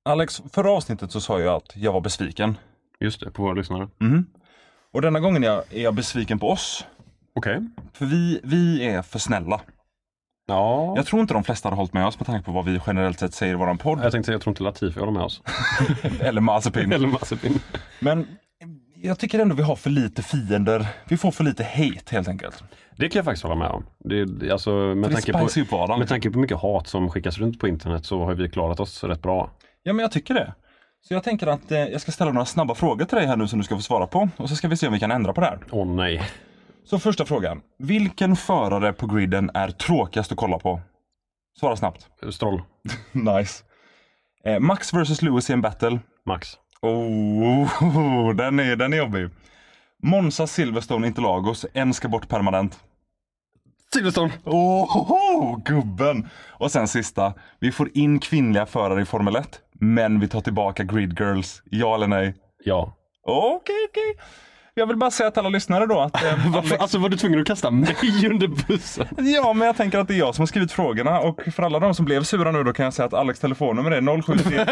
Alex, förra avsnittet så sa jag att jag var besviken. Just det, på våra lyssnare. Och denna gången är jag besviken på oss. Okej. För vi är för snälla. Ja. Jag tror inte de flesta har hållit med oss med tanke på vad vi generellt sett säger i våran podd. Jag tänkte säga, jag tror inte Latifi håller med oss. Eller Mazepin. Eller Mazepin. Men jag tycker ändå vi har för lite fiender. Vi får för lite hate helt enkelt. Det kan jag faktiskt hålla med om. Alltså, med tanke på mycket hat som skickas runt på internet så har vi klarat oss rätt bra. Ja, men jag tycker det. Så jag tänker att jag ska ställa några snabba frågor till dig här nu som du ska få svara på. Och så ska vi se om vi kan ändra på det här. Åh nej. Så första frågan. Vilken förare på griden är tråkigast att kolla på? Svara snabbt. Stroll. Nice. Max vs Lewis i en battle. Max. Den är jobbig. Monza, Silverstone, Interlagos. En ska bort permanent. Silverstone. Gubben. Och sen sista. Vi får in kvinnliga förare i Formel 1. Men vi tar tillbaka Grid Girls. Ja eller nej? Ja. Okej. Jag vill bara säga till alla lyssnare då att... Varför? Alltså var du tvungen att kasta mig under bussen? Ja, men jag tänker att det är jag som har skrivit frågorna. Och för alla de som blev sura nu då kan jag säga att Alex telefonnummer är 073...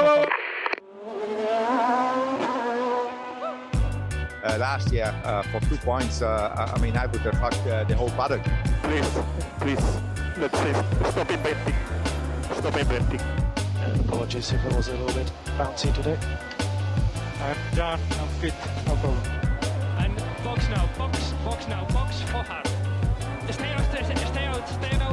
Last year for 2 points, I mean, I would have fucked the whole paddock. Please, let's say, stop inventing. Apologies if it was a little bit bouncy today. I'm done, I'm fit, no problem. And box now, box for her. Stay out.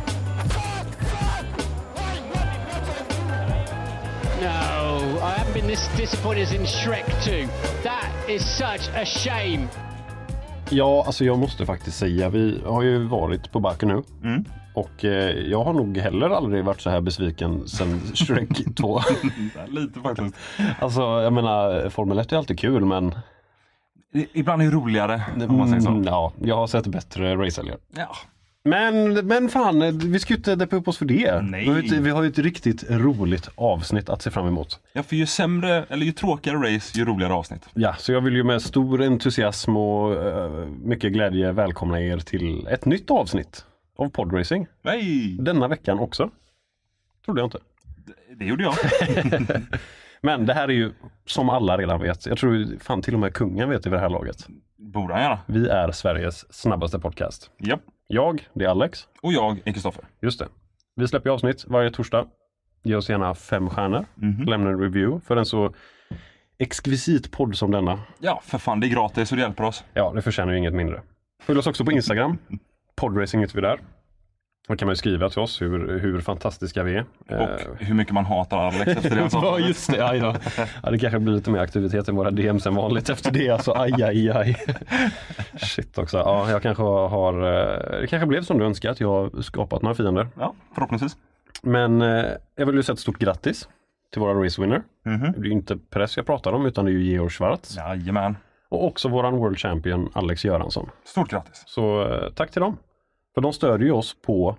No, I haven't been this disappointed as in Shrek 2. That is such a shame. Ja, alltså jag måste faktiskt säga, vi har ju varit på backen nu. Och jag har nog heller aldrig varit så här besviken sen Shrek 2. Lite faktiskt. Alltså, jag menar, Formel 1 är alltid kul, men... Ibland är det roligare, om man säger så. Ja, jag har sett bättre racehelger. Ja. Men fan, vi ska ju inte deppa upp oss för det. Nej. Vi har ju ett riktigt roligt avsnitt att se fram emot. Ja, för ju tråkigare race, ju roligare avsnitt. Ja, så jag vill ju med stor entusiasm och mycket glädje välkomna er till ett nytt avsnitt av Podracing. Nej! Denna veckan också. Trodde jag inte. Det gjorde jag. Men det här är ju, som alla redan vet, jag tror fan till och med kungen vet i det här laget. Borde han göra. Vi är Sveriges snabbaste podcast. Japp. Jag, det är Alex. Och jag är Kristoffer. Just det. Vi släpper avsnitt varje torsdag. Ge oss gärna 5 stjärnor. Lämna en review för en så exkvisit podd som denna. Ja, för fan, det är gratis och det hjälper oss. Ja, det förtjänar ju inget mindre. Följ oss också på Instagram. Podracing heter vi där. Då kan man ju skriva till oss hur fantastiska vi är. Och hur mycket man hatar Alex efter det. Ja, just det. Aj då. Ja, det kanske blir lite mer aktivitet i våra DMs än vanligt efter det. Alltså, aj. Shit också. Ja, jag kanske har... Det kanske blev som du önskar att jag har skapat några fiender. Ja, förhoppningsvis. Men jag vill ju säga ett stort grattis till våra racewinner. Det är ju inte press jag pratar om, utan det är ju Georg Schwarz. Jajamän. Och också våran World Champion Alex Göransson. Stort grattis. Så tack till dem. För de stödjer ju oss på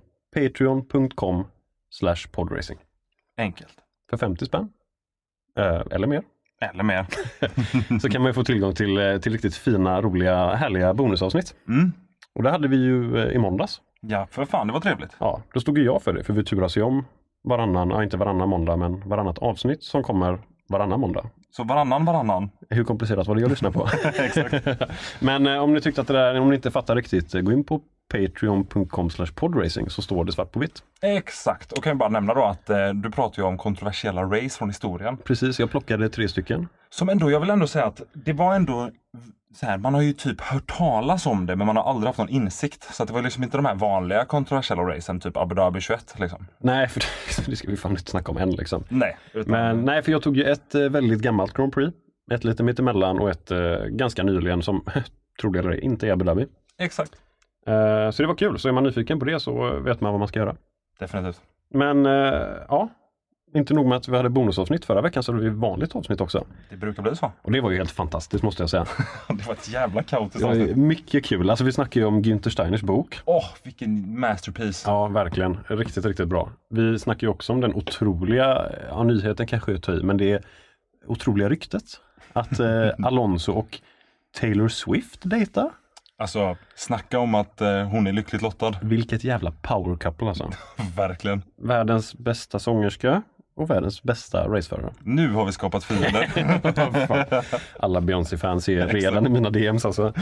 patreon.com/podracing. Enkelt. För 50 spänn. Eller mer. Eller mer. Så kan man ju få tillgång till riktigt fina, roliga, härliga bonusavsnitt. Och det hade vi ju i måndags. Ja, för fan, det var trevligt. Ja, då stod ju jag för det. För vi turas ju om inte varannan måndag, men varannat avsnitt som kommer varannan måndag. Så varannan. Hur komplicerat var det jag lyssnar på? Exakt. Men om ni tyckte att det där, om ni inte fattar riktigt, gå in på patreon.com/podracing så står det svart på vitt. Exakt. Och kan jag bara nämna då att du pratar ju om kontroversiella race från historien. Precis, jag plockade 3 stycken. Som ändå, jag vill ändå säga att det var ändå så här, man har ju typ hört talas om det, men man har aldrig haft någon insikt. Så att det var liksom inte de här vanliga kontroversiella racen, typ Abu Dhabi 21 liksom. Nej, för det ska vi fan inte snacka om än liksom. Nej. Men nej, för jag tog ju ett väldigt gammalt Grand Prix, ett lite mittemellan och ett ganska nyligen som, tror det eller det, inte är Abu Dhabi. Exakt. Så det var kul, så är man nyfiken på det så vet man vad man ska göra. Definitivt. Men ja, inte nog med att vi hade bonusavsnitt förra veckan, så hade vi vanligt avsnitt också. Det brukar bli så. Och det var ju helt fantastiskt, måste jag säga. Det var ett jävla kaotiskt avsnitt. avsnitt. Mycket kul. Alltså vi snackar ju om Günther Steiners bok. Vilken masterpiece. Ja, verkligen. Riktigt, riktigt bra. Vi snackar ju också om den otroliga, nyheten kanske är att ta i, men det är otroliga ryktet att Alonso och Taylor Swift dejtar. Alltså, snacka om att hon är lyckligt lottad. Vilket jävla power couple alltså. Verkligen. Världens bästa sångerska och världens bästa raceförare. Nu har vi skapat fiender. Alla Beyoncé-fans är redan i mina DMs alltså.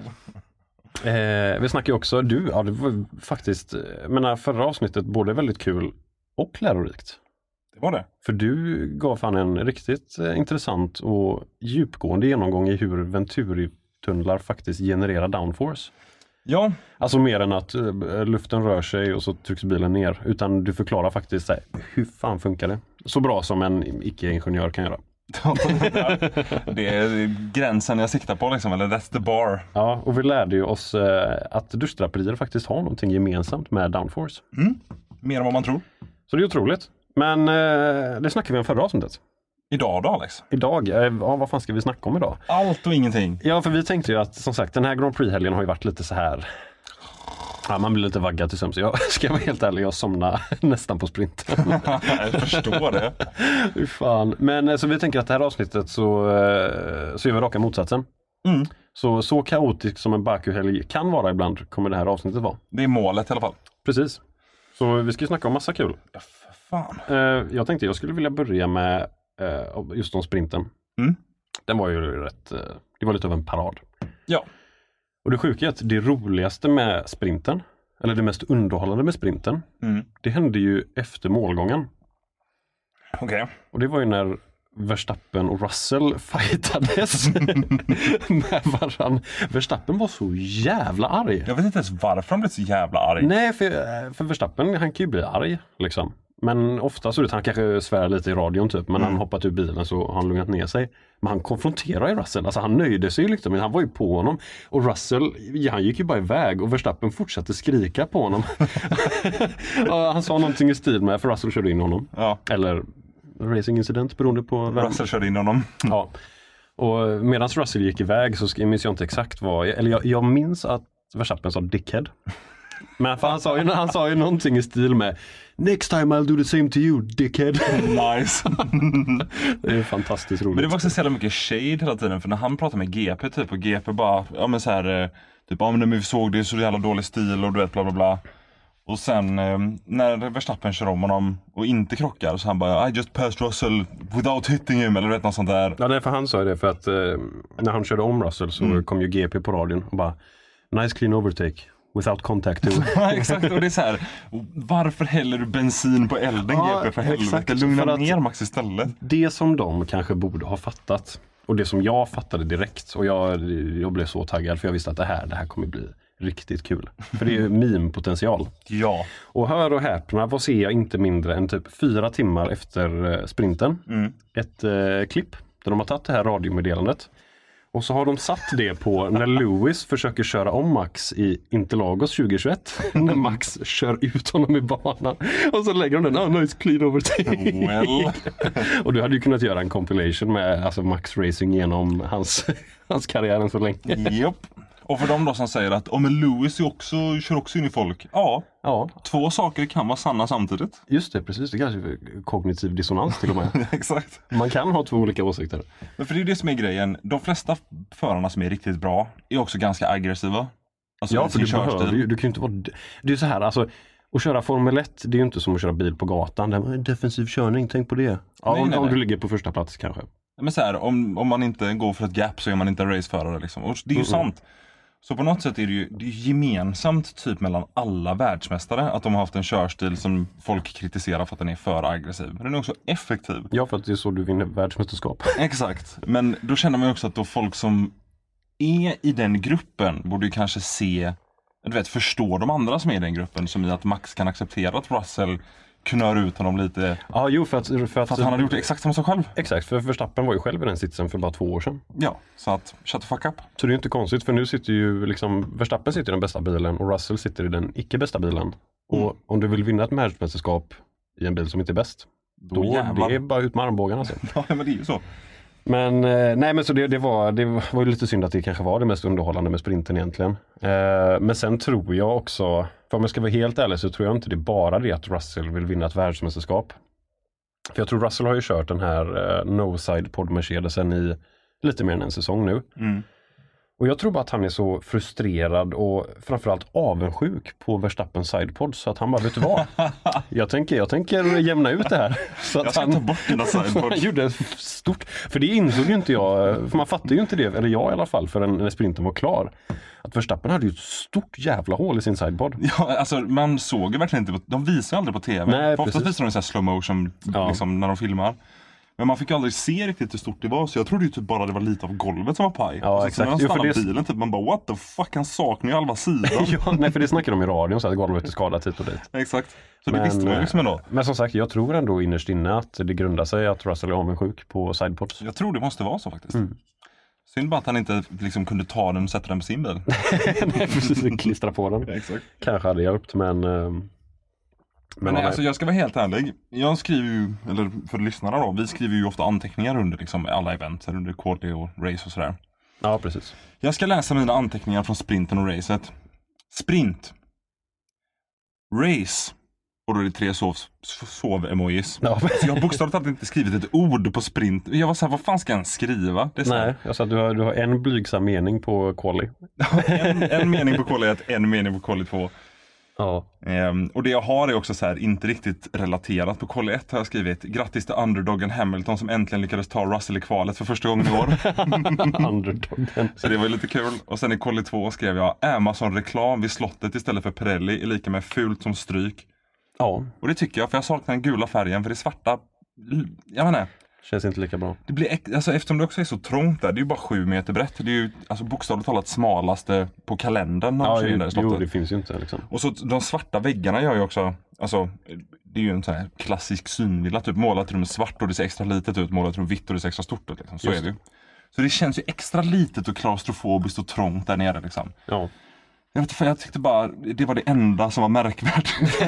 Vi snackar ju också, det var faktiskt, förra avsnittet både väldigt kul och lärorikt. Det var det. För du gav fan en riktigt intressant och djupgående genomgång i hur Venturi-tunnlar faktiskt genererar downforce. Ja. Alltså mer än att luften rör sig och så trycks bilen ner. Utan du förklarar faktiskt så här, hur fan funkar det? Så bra som en icke-ingenjör kan göra. Det är gränsen jag siktar på liksom, eller that's the bar. Ja, och vi lärde ju oss att duschdraperier faktiskt har någonting gemensamt med downforce. Mer än vad man tror. Så det är otroligt. Men det snackade vi om förra avsnittet. Idag då, Alex? Idag, vad fan ska vi snacka om idag? Allt och ingenting. Ja, för vi tänkte ju att som sagt, den här Grand Prix-helgen har ju varit lite så här. Ja, man blir lite vaggad till sömns. Jag ska vara helt ärlig, jag somnar nästan på sprinten. Jag förstår det. Fan. Men så vi tänker att det här avsnittet så gör vi raka motsatsen. Så kaotisk som en Baku-helg kan vara ibland kommer det här avsnittet vara. Det är målet i alla fall. Precis. Så vi ska snacka om massa kul. Ja, för fan. Jag tänkte jag skulle vilja börja med just om sprinten. Den var ju det var lite av en parad. Ja. Och det sjuka är att det roligaste med sprinten, eller det mest underhållande med sprinten, det hände ju efter målgången. Okej. Och det var ju när Verstappen och Russell fightades med varann. Verstappen var så jävla arg. Jag vet inte ens varför han blev så jävla arg. Nej, för Verstappen, han kan ju bli arg liksom. Men ofta så är det han kanske svär lite i radion typ, men han hoppat ur bilen så har han lugnat ner sig. Men han konfronterar ju Russell, alltså han nöjde sig ju liksom, men han var ju på honom. Och Russell, han gick ju bara iväg och Verstappen fortsatte skrika på honom. Han sa någonting i stil med, för Russell körde in honom. Ja. Eller racing incident beroende på vem. Russell körde in honom. Ja. Och medan Russell gick iväg så minns jag inte exakt vad, eller jag minns att Verstappen sa dickhead. Men han sa ju någonting i stil med next time I'll do the same to you, dickhead. Nice. Det är fantastiskt roligt. Men det var också så jävla mycket shade hela tiden, för när han pratade med GP typ, och GP bara, ja men så här, typ, ja men vi såg det är så jävla dålig stil och du vet bla bla bla. Och sen när Verstappen kör om honom och inte krockar så han bara I just passed Russell without hitting him, eller vet något sånt där. Ja, nej, för han sa det för att när han körde om Russell så kom ju GP på radion och bara nice clean overtake without contact too. Ja, exakt, och det är så här, varför häller du bensin på elden GP för helvete? Exakt, Lugna för att ner Max istället. Det som de kanske borde ha fattat och det som jag fattade direkt och jag blev så taggad för jag visste att det här kommer bli riktigt kul. För det är ju meme-potential. Ja. Och hör och häpna, vad ser jag inte mindre än typ 4 timmar efter sprinten. Ett klipp där de har tagit det här radiomeddelandet. Och så har de satt det på när Lewis försöker köra om Max i Interlagos 2021. När Max kör ut honom i banan. Och så lägger de den, nice clean overtake. Well. Och du hade ju kunnat göra en compilation med alltså Max Racing genom hans karriär än så länge. Japp. Och för de då som säger att men Lewis kör också in i folk. Ja, 2 saker kan vara sanna samtidigt. Just det, precis. Det är kanske kognitiv dissonans till och med. Exakt. Man kan ha 2 olika åsikter. Men för det är det som är grejen. De flesta förarna som är riktigt bra är också ganska aggressiva. Alltså ja, för du kan ju inte vara... Det är så här, alltså... Att köra Formel 1, det är ju inte som att köra bil på gatan. Det är defensiv körning, tänk på det. Ja, nej, om du ligger på första plats kanske. Men så här, om man inte går för ett gap så är man inte en raceförare liksom. Och det är ju sant. Så på något sätt är det ju gemensamt typ mellan alla världsmästare att de har haft en körstil som folk kritiserar för att den är för aggressiv. Men den är också effektiv. Ja, för att det är så du vinner världsmästerskap. Exakt. Men då känner man ju också att då folk som är i den gruppen borde ju kanske förstå de andra som är i den gruppen, som i att Max kan acceptera att Russell knör ut honom lite. Ja, jo, för att han hade gjort exakt som sig själv. Exakt, för Verstappen var ju själv i den sitsen för bara 2 år sedan. Ja, så att shut the fuck up. Så det är ju inte konstigt, för nu sitter ju liksom Verstappen sitter i den bästa bilen och Russell sitter i den icke bästa bilen. Och om du vill vinna ett världsmästerskap i en bil som inte är bäst, då det är bara ut med armbågarna alltså. Ja, men det är ju så. Men nej, men så det var ju lite synd att det kanske var det mest underhållande med sprinten egentligen. Men sen tror jag också, för om jag ska vara helt ärlig så tror jag inte det är bara det att Russell vill vinna ett världsmästerskap. För jag tror Russell har ju kört den här no-side pod Mercedesen i lite mer än en säsong nu. Och jag tror bara att han är så frustrerad och framförallt avundsjuk på Verstappens sidepod så att han bara, vet du vad? Jag tänker jämna ut det här. Så att Jag ska han ta bort dina sidepod. han gjorde ett stort, för det insåg ju inte jag, för man fattade ju inte det, eller jag i alla fall, förrän när sprinten var klar. Att Verstappen hade ju ett stort jävla hål i sin sidepod. Ja, alltså man såg ju verkligen inte, de visar ju aldrig på tv. Nej, för oftast precis. visar de så här slow motion liksom, när de filmar. Men man fick ju aldrig se riktigt hur stort det var, så jag trodde ju typ bara det var lite av golvet som var paj. Ja, och så exakt. när han Jo, för stannade det- bilen, typ, man bara what the fuck, han saknar ju halva sidan. Ja, nej, för det snackade de i radion så att golvet är skadat hit och dit. Exakt. Så det visste man ju liksom ändå. Men som sagt, jag tror ändå innerst inne att det grundar sig att Russell är avundsjuk på sidepods. Jag tror det måste vara så faktiskt. Synd bara att han inte liksom kunde ta den och sätta den på sin bil. Nej, precis, klistra på den. Exakt. Kanske hade hjälpt, men Men nej, alltså jag ska vara helt ärlig. Jag skriver ju, eller för lyssnarna då, vi skriver ju ofta anteckningar under liksom alla event, under quality och race och sådär. ja, precis. Jag ska läsa mina anteckningar från sprinten och racet. Sprint. Race. Och då är det 3 sov-emojis. Ja. Så jag har bokstavligt talat inte skrivit ett ord på sprint. Jag var så här, vad fan ska jag skriva? Det är så här, Nej, jag sa att du har en blygsam mening på quali. en mening på quali 1, en mening på quali 2. Ja. Och det jag har är också så här, inte riktigt relaterat. På quali 1 har jag skrivit grattis till underdoggen Hamilton som äntligen lyckades ta Russell i kvalet för första gången i år. Underdoggen. Så det var ju lite kul. Och sen i quali 2 skrev jag Amazon-reklam vid slottet istället för Pirelli är lika med fult som stryk. Ja, Och det tycker jag, för jag saknar den gula färgen, för det svarta, jag menar, känns inte lika bra. det blir, alltså eftersom det också är så trångt där, det är ju bara 7 meter brett, det är ju alltså bokstavligt talat smalaste på kalendern när man kör in där i jo, slottet. det finns ju inte liksom. Och så de svarta väggarna gör ju också, alltså det är ju en sån här klassisk synvilla, typ målat rum svart och det ser extra litet ut, målat rum vitt och det ser extra stort ut liksom. Så Just är det ju. Så det känns ju extra litet och klaustrofobiskt och trångt där nere liksom. Ja. Jag vet inte, jag tyckte bara det var det enda som var märkvärt.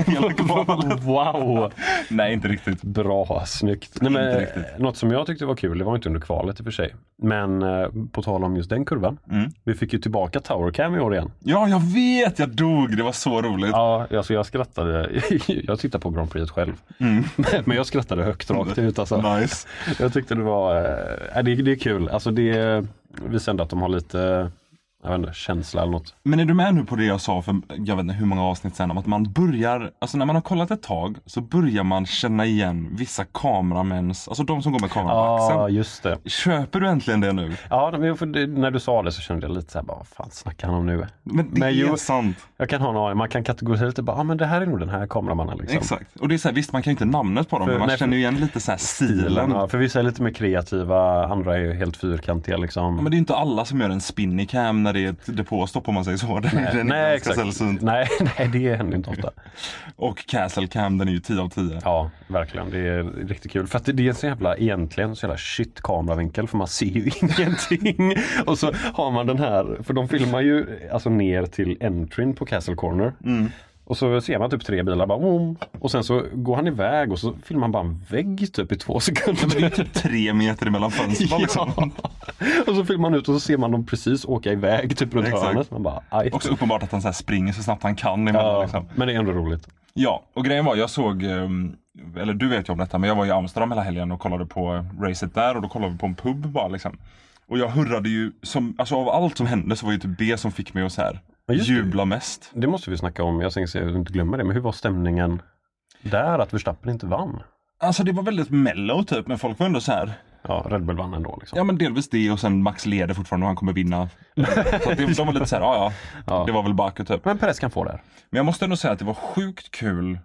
Wow! Nej, inte riktigt. Bra, snyggt. Nej, Inte men, riktigt. något som jag tyckte var kul, det var inte under kvalet i och för sig. Men på tal om just den kurvan. Vi fick ju tillbaka Tower Cam i år igen. Ja, jag vet, jag dog. Det var så roligt. Ja, alltså jag skrattade. Jag tittade på Grand Prix själv. Men jag skrattade högt rakt ut alltså. Nice. Jag tyckte det var, det är kul. Alltså det visar ändå att de har lite, jag vet inte, känsla eller något. Men är du med nu på det jag sa för jag vet inte hur många avsnitt sen om att man börjar, alltså när man har kollat ett tag så börjar man känna igen vissa kameramäns, alltså de som går med kameran på Ja, axeln. just det. Köper du äntligen det nu? Ja, när du sa det så kände jag lite så här, vad fan snackar han om nu? Men det är jo, sant. jag kan ha en aning, man kan kategorisera lite, bara, men det här är nog den här kameramannen liksom. Exakt. Och det är så här, visst man kan ju inte namnet på dem, men man nej, känner ju igen lite så här stilen. Ja, för vissa är lite mer kreativa, andra är ju helt fyrkantiga liksom. Ja, men det är inte alla som gör en spinny cam när det är ett depåstopp om man säger så. Den är Nej, ganska exakt. sällsynt. Nej, det händer inte ofta. Och Castle Cam, den är ju 10 av 10. Ja, verkligen. Det är riktigt kul. För att det är en så jävla, egentligen så jävla shit kameravinkel, för man ser ju ingenting. Och så har man den här, för de filmar ju alltså ner till entryn på Castle Corner. Och så ser man typ 3 bilar bara, och sen så går han iväg och så filmar man bara en vägg typ i 2 sekunder. Men det är ju typ 3 meter emellan fönstren liksom. Och så filmar man ut och så ser man dem precis åka iväg typ runt Exakt. hörnet. Man bara, aj. Också uppenbart att han så här springer så snabbt han kan emellan, Ja, liksom. men det är ändå roligt. Ja, och grejen var, jag såg, eller du vet ju om detta, men jag var i Amsterdam hela helgen och kollade på racet där och då kollade vi på en pub bara liksom. Och jag hurrade ju, som, alltså av allt som hände så var ju typ det som fick mig att så här Ja, just det. jubla mest. Det måste vi snacka om, jag tänkte säga att du inte glömmer det, men hur var stämningen där att Verstappen inte vann? Alltså det var väldigt mellow typ, men folk var ändå så här. Ja, Red Bull vann ändå liksom. Ja men delvis det och sen Max leder fortfarande och han kommer vinna. Så att de var lite så här, ja, det var väl Baku typ. Men Perez kan få det här. Men jag måste ändå säga att det var sjukt kul.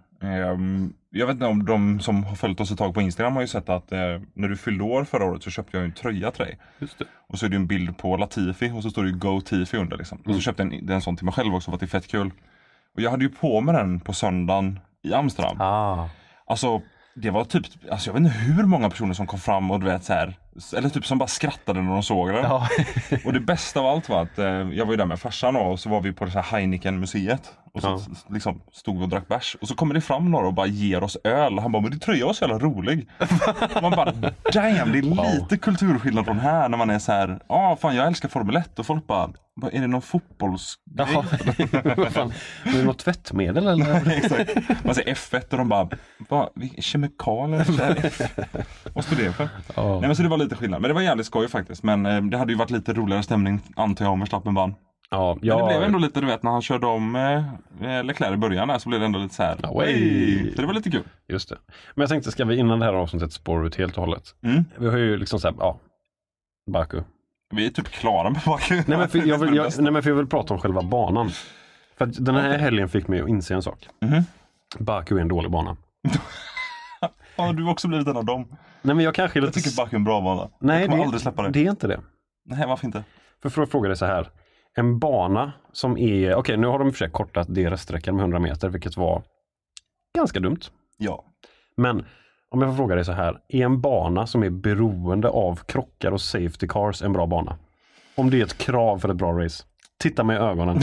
Jag vet inte om de som har följt oss ett tag på Instagram har ju sett att när du fyllde år förra året så köpte jag en tröja till dig. Just det. Och så är det en bild på Latifi och så står det ju Go Tifi under liksom. Och så köpte jag en sån till mig själv också för att det är fett kul. Och jag hade ju på mig den på söndagen i Amsterdam. Alltså det var typ, alltså jag vet inte hur många personer som kom fram och du vet så här, eller typ som bara skrattade när de såg den. Ja. Och det bästa av allt var att jag var ju där med farsan och så var vi på det så här Heineken-museet. Och så liksom stod vi och drack bärs. Och så kommer det fram några och bara ger oss öl. Och han bara, men det tröja var så jävla rolig. Och man bara, damn, det är lite kulturskillnad från här när man är så här, fan jag älskar Formel 1. Och folk bara, är det någon fotbollsgrej? Jaha, vad fan, är det något tvättmedel eller? Exakt. Man säger F1 och de bara kemikalier? Vad står det för? Nej men så det var lite skillnad. Men det var jävligt skoj faktiskt. Men det hade ju varit lite roligare stämning antar jag om Verstappen vann. Ja, Men det blev ändå lite, du vet, när han körde om Leclerc i början där, så blev det ändå lite så här. Så det var lite kul. Just det. Men jag tänkte, ska vi innan det här avsnittet spår ut helt och hållet? Vi har ju liksom såhär, Baku. Vi är typ klara med Baku. Nej men för jag vill prata om själva banan. För att den här helgen fick mig att inse en sak. Baku är en dålig bana. Ja, du har också blivit en av dem. Nej men jag kanske Jag tycker Baku är en bra bana. Nej, jag kommer aldrig släppa det. Det är inte det. Nej, varför inte? För att fråga dig så här. En bana som är, okej, nu har de försökt kortat DRS-sträckan med 100 meter, vilket var ganska dumt. Ja. Men om jag får fråga dig så här, är en bana som är beroende av krockar och safety cars en bra bana? Om det är ett krav för ett bra race. Titta mig i ögonen.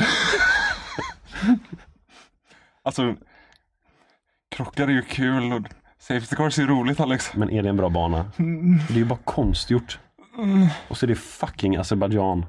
Alltså, krockar är ju kul och safety cars är ju roligt, Alex. Men är det en bra bana? Det är ju bara konstgjort. Och så är det fucking Azerbaijan.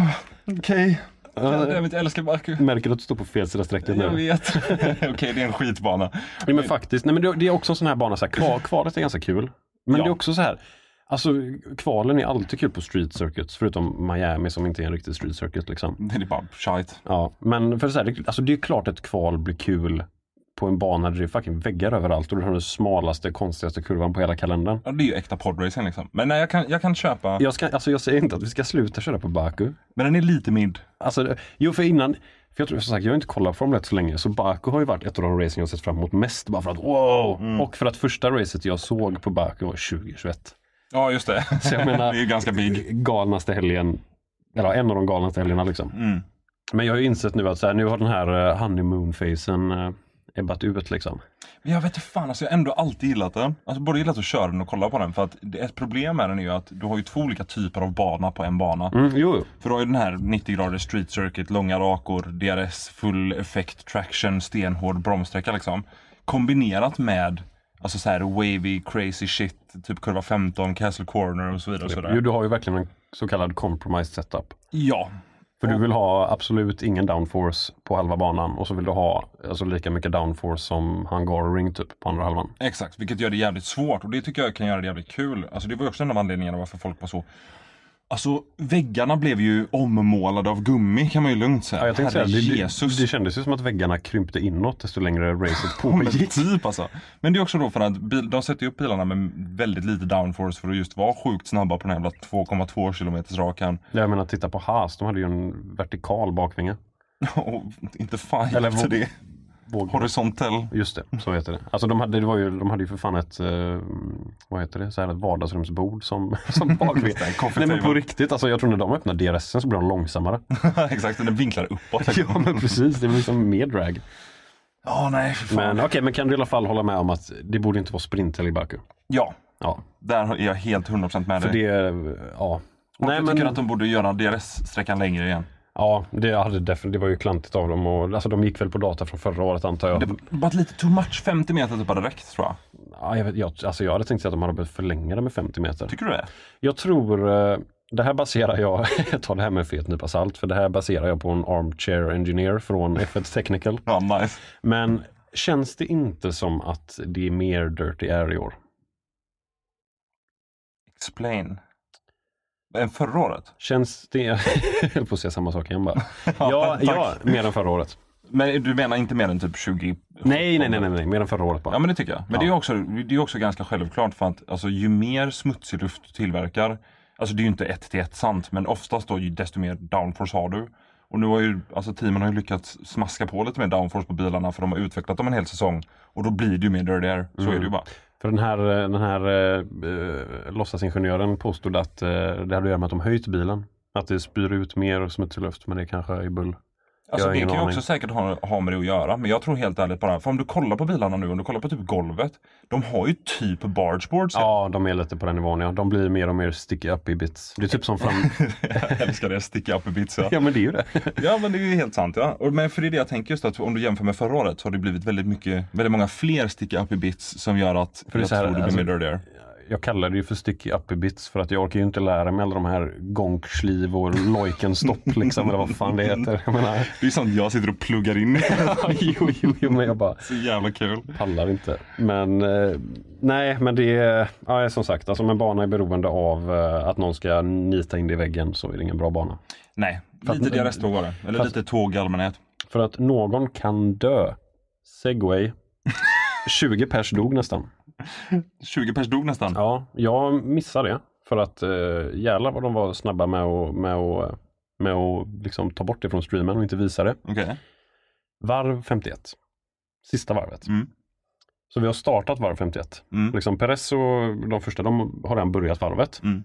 Okej. Jag älskar Baku. Märker du att du står på fel sida strecket nu? Jag vet. Okej, det är en skitbana. Nej men faktiskt, nej men det är också en sån här bana så här, kvalet är ganska kul. Men det är också så här, alltså kvalen är alltid kul på street circuits, förutom Miami som inte är en riktig street circuit liksom. Det är bara shite. Ja, men för så här, alltså det är klart att kval blir kul på en bana där det är fucking väggar överallt och du har den smalaste, konstigaste kurvan på hela kalendern. Ja, det är ju äkta podracing liksom. Men nej, jag kan köpa. Jag säger inte att vi ska sluta köra på Baku. Men den är lite mid. Alltså, för jag tror som sagt, jag har inte kollat på Formel 1 så länge, så Baku har ju varit ett av de racing jag sett fram emot mest, bara för att och för att första racet jag såg på Baku var 2021. Ja, just det. Så jag menar, det är ju ganska big. Galnaste helgen, eller en av de galnaste helgerna liksom. Men jag har ju insett nu att så här, nu har den här honeymoon-facen ebbat ut liksom. Men jag vet inte fan, alltså jag har ändå alltid gillat den. Alltså både gillat att köra den och kolla på den. För att ett problem med den är ju att du har ju 2 olika typer av bana på en bana. Jo. För du har ju den här 90-grader street circuit, långa rakor, DRS, full effect, traction, stenhård bromssträcka liksom. Kombinerat med alltså så här wavy, crazy shit, typ kurva 15, Castle Corner och så vidare. Och så där. Jo, du har ju verkligen en så kallad compromised setup. Ja. För du vill ha absolut ingen downforce på halva banan och så vill du ha alltså lika mycket downforce som Hungaroring typ på andra halvan. Exakt, vilket gör det jävligt svårt och det tycker jag kan göra det jävligt kul. Alltså det var ju också en av anledningarna varför folk var så. Alltså väggarna blev ju ommålade av gummi kan man ju lugnt säga. Ja, jag tänkte säga, Jesus. Det kändes ju som att väggarna krympte inåt desto längre racet pågick. Typ alltså. Men det är också då för att de sätter ju upp bilarna med väldigt lite downforce för att just vara sjukt snabba på den här 2,2 km rakan. Jag menar, titta på Haas, de hade ju en vertikal bakvinge. Och inte fan eller efter det. Horisontal. Just det, så heter det. Alltså de hade ju för fan ett vad heter det? Så här ett vardagsrumsbord som bakvinge. Nej men på riktigt, alltså jag tror när de öppnar DRSen så blir de långsammare. Exakt, den vinklar uppåt. Ja men precis, det blir liksom mer drag. Nej för fan. Men okej, men kan du i alla fall hålla med om att det borde inte vara sprintel i Baku? Ja. Där är jag helt 100% med för dig. Jag tycker att de borde göra DRS-sträckan längre igen. Ja, det var ju klantigt av dem och alltså de gick väl på data från förra året antar jag. Det var lite too much, 50 meter typ hade räckt tror jag. Ja, jag hade tänkt att de hade behövt förlänga det med 50 meter. Tycker du det? Jag tror, det här baserar jag tar det här med fet nypa salt, för det här baserar jag på en armchair engineer från F1 Technical. Ja, nice. Men känns det inte som att det är mer dirty air i år? Explain. Än förra året? Känns det... Jag höll på att säga samma sak igen bara. ja, mer än förra året. Men du menar inte mer än typ 20? Nej, mer än förra året bara. Ja, men det tycker jag. Men det är också ganska självklart för att alltså, ju mer smutsig luft du tillverkar, alltså det är ju inte 1-1 sant, men oftast då ju desto mer downforce har du. Och nu har ju, alltså teamen har ju lyckats smaska på lite mer downforce på bilarna för de har utvecklat dem en hel säsong. Och då blir det ju mer dirty air, så är det ju bara. För den här låtsasingenjören påstod att det hade att göra med att de höjt bilen. Att det spyr ut mer smutsig luft, men det kanske är bull. Alltså det kan ju också säkert ha med det att göra. Men jag tror helt ärligt bara, för om du kollar på bilarna nu, om du kollar på typ golvet, de har ju typ bargeboards. Ja, de är lite på den nivån, ja. De blir mer och mer sticky up i bits. Det är typ som fram... Jag älskar det, sticky up i bits, ja. Ja, men det är ju det. Ja, men det är ju helt sant, ja. Men för det är det jag tänker just att om du jämför med förra året så har det blivit väldigt många fler sticky up i bits som gör att för jag tror det blir mer dirty air. jag kallar det ju för sticky upper bits för att jag orkar ju inte lära mig alla de här gonkschliv och lojkenstopp liksom, eller vad fan det heter. Jag menar, Det är sånt jag sitter och pluggar in. jo, men jag bara Så jävla kul. pallar inte. Men nej, men det är som sagt, alltså om en bana är beroende av att någon ska nita in det i väggen så är det ingen bra bana. Nej, lite DRS-tåg var det. Eller lite tåg i allmänhet. För att någon kan dö. Segway. 20 pers dog nästan. 20 pers dog nästan. Ja, jag missade det. För att jävlar vad de var snabba med att liksom ta bort det från streamen och inte visa det. Okej. Varv 51. Sista varvet. Mm. Så vi har startat varv 51. Mm. Liksom Perez och de första, de har redan börjat varvet. Mm.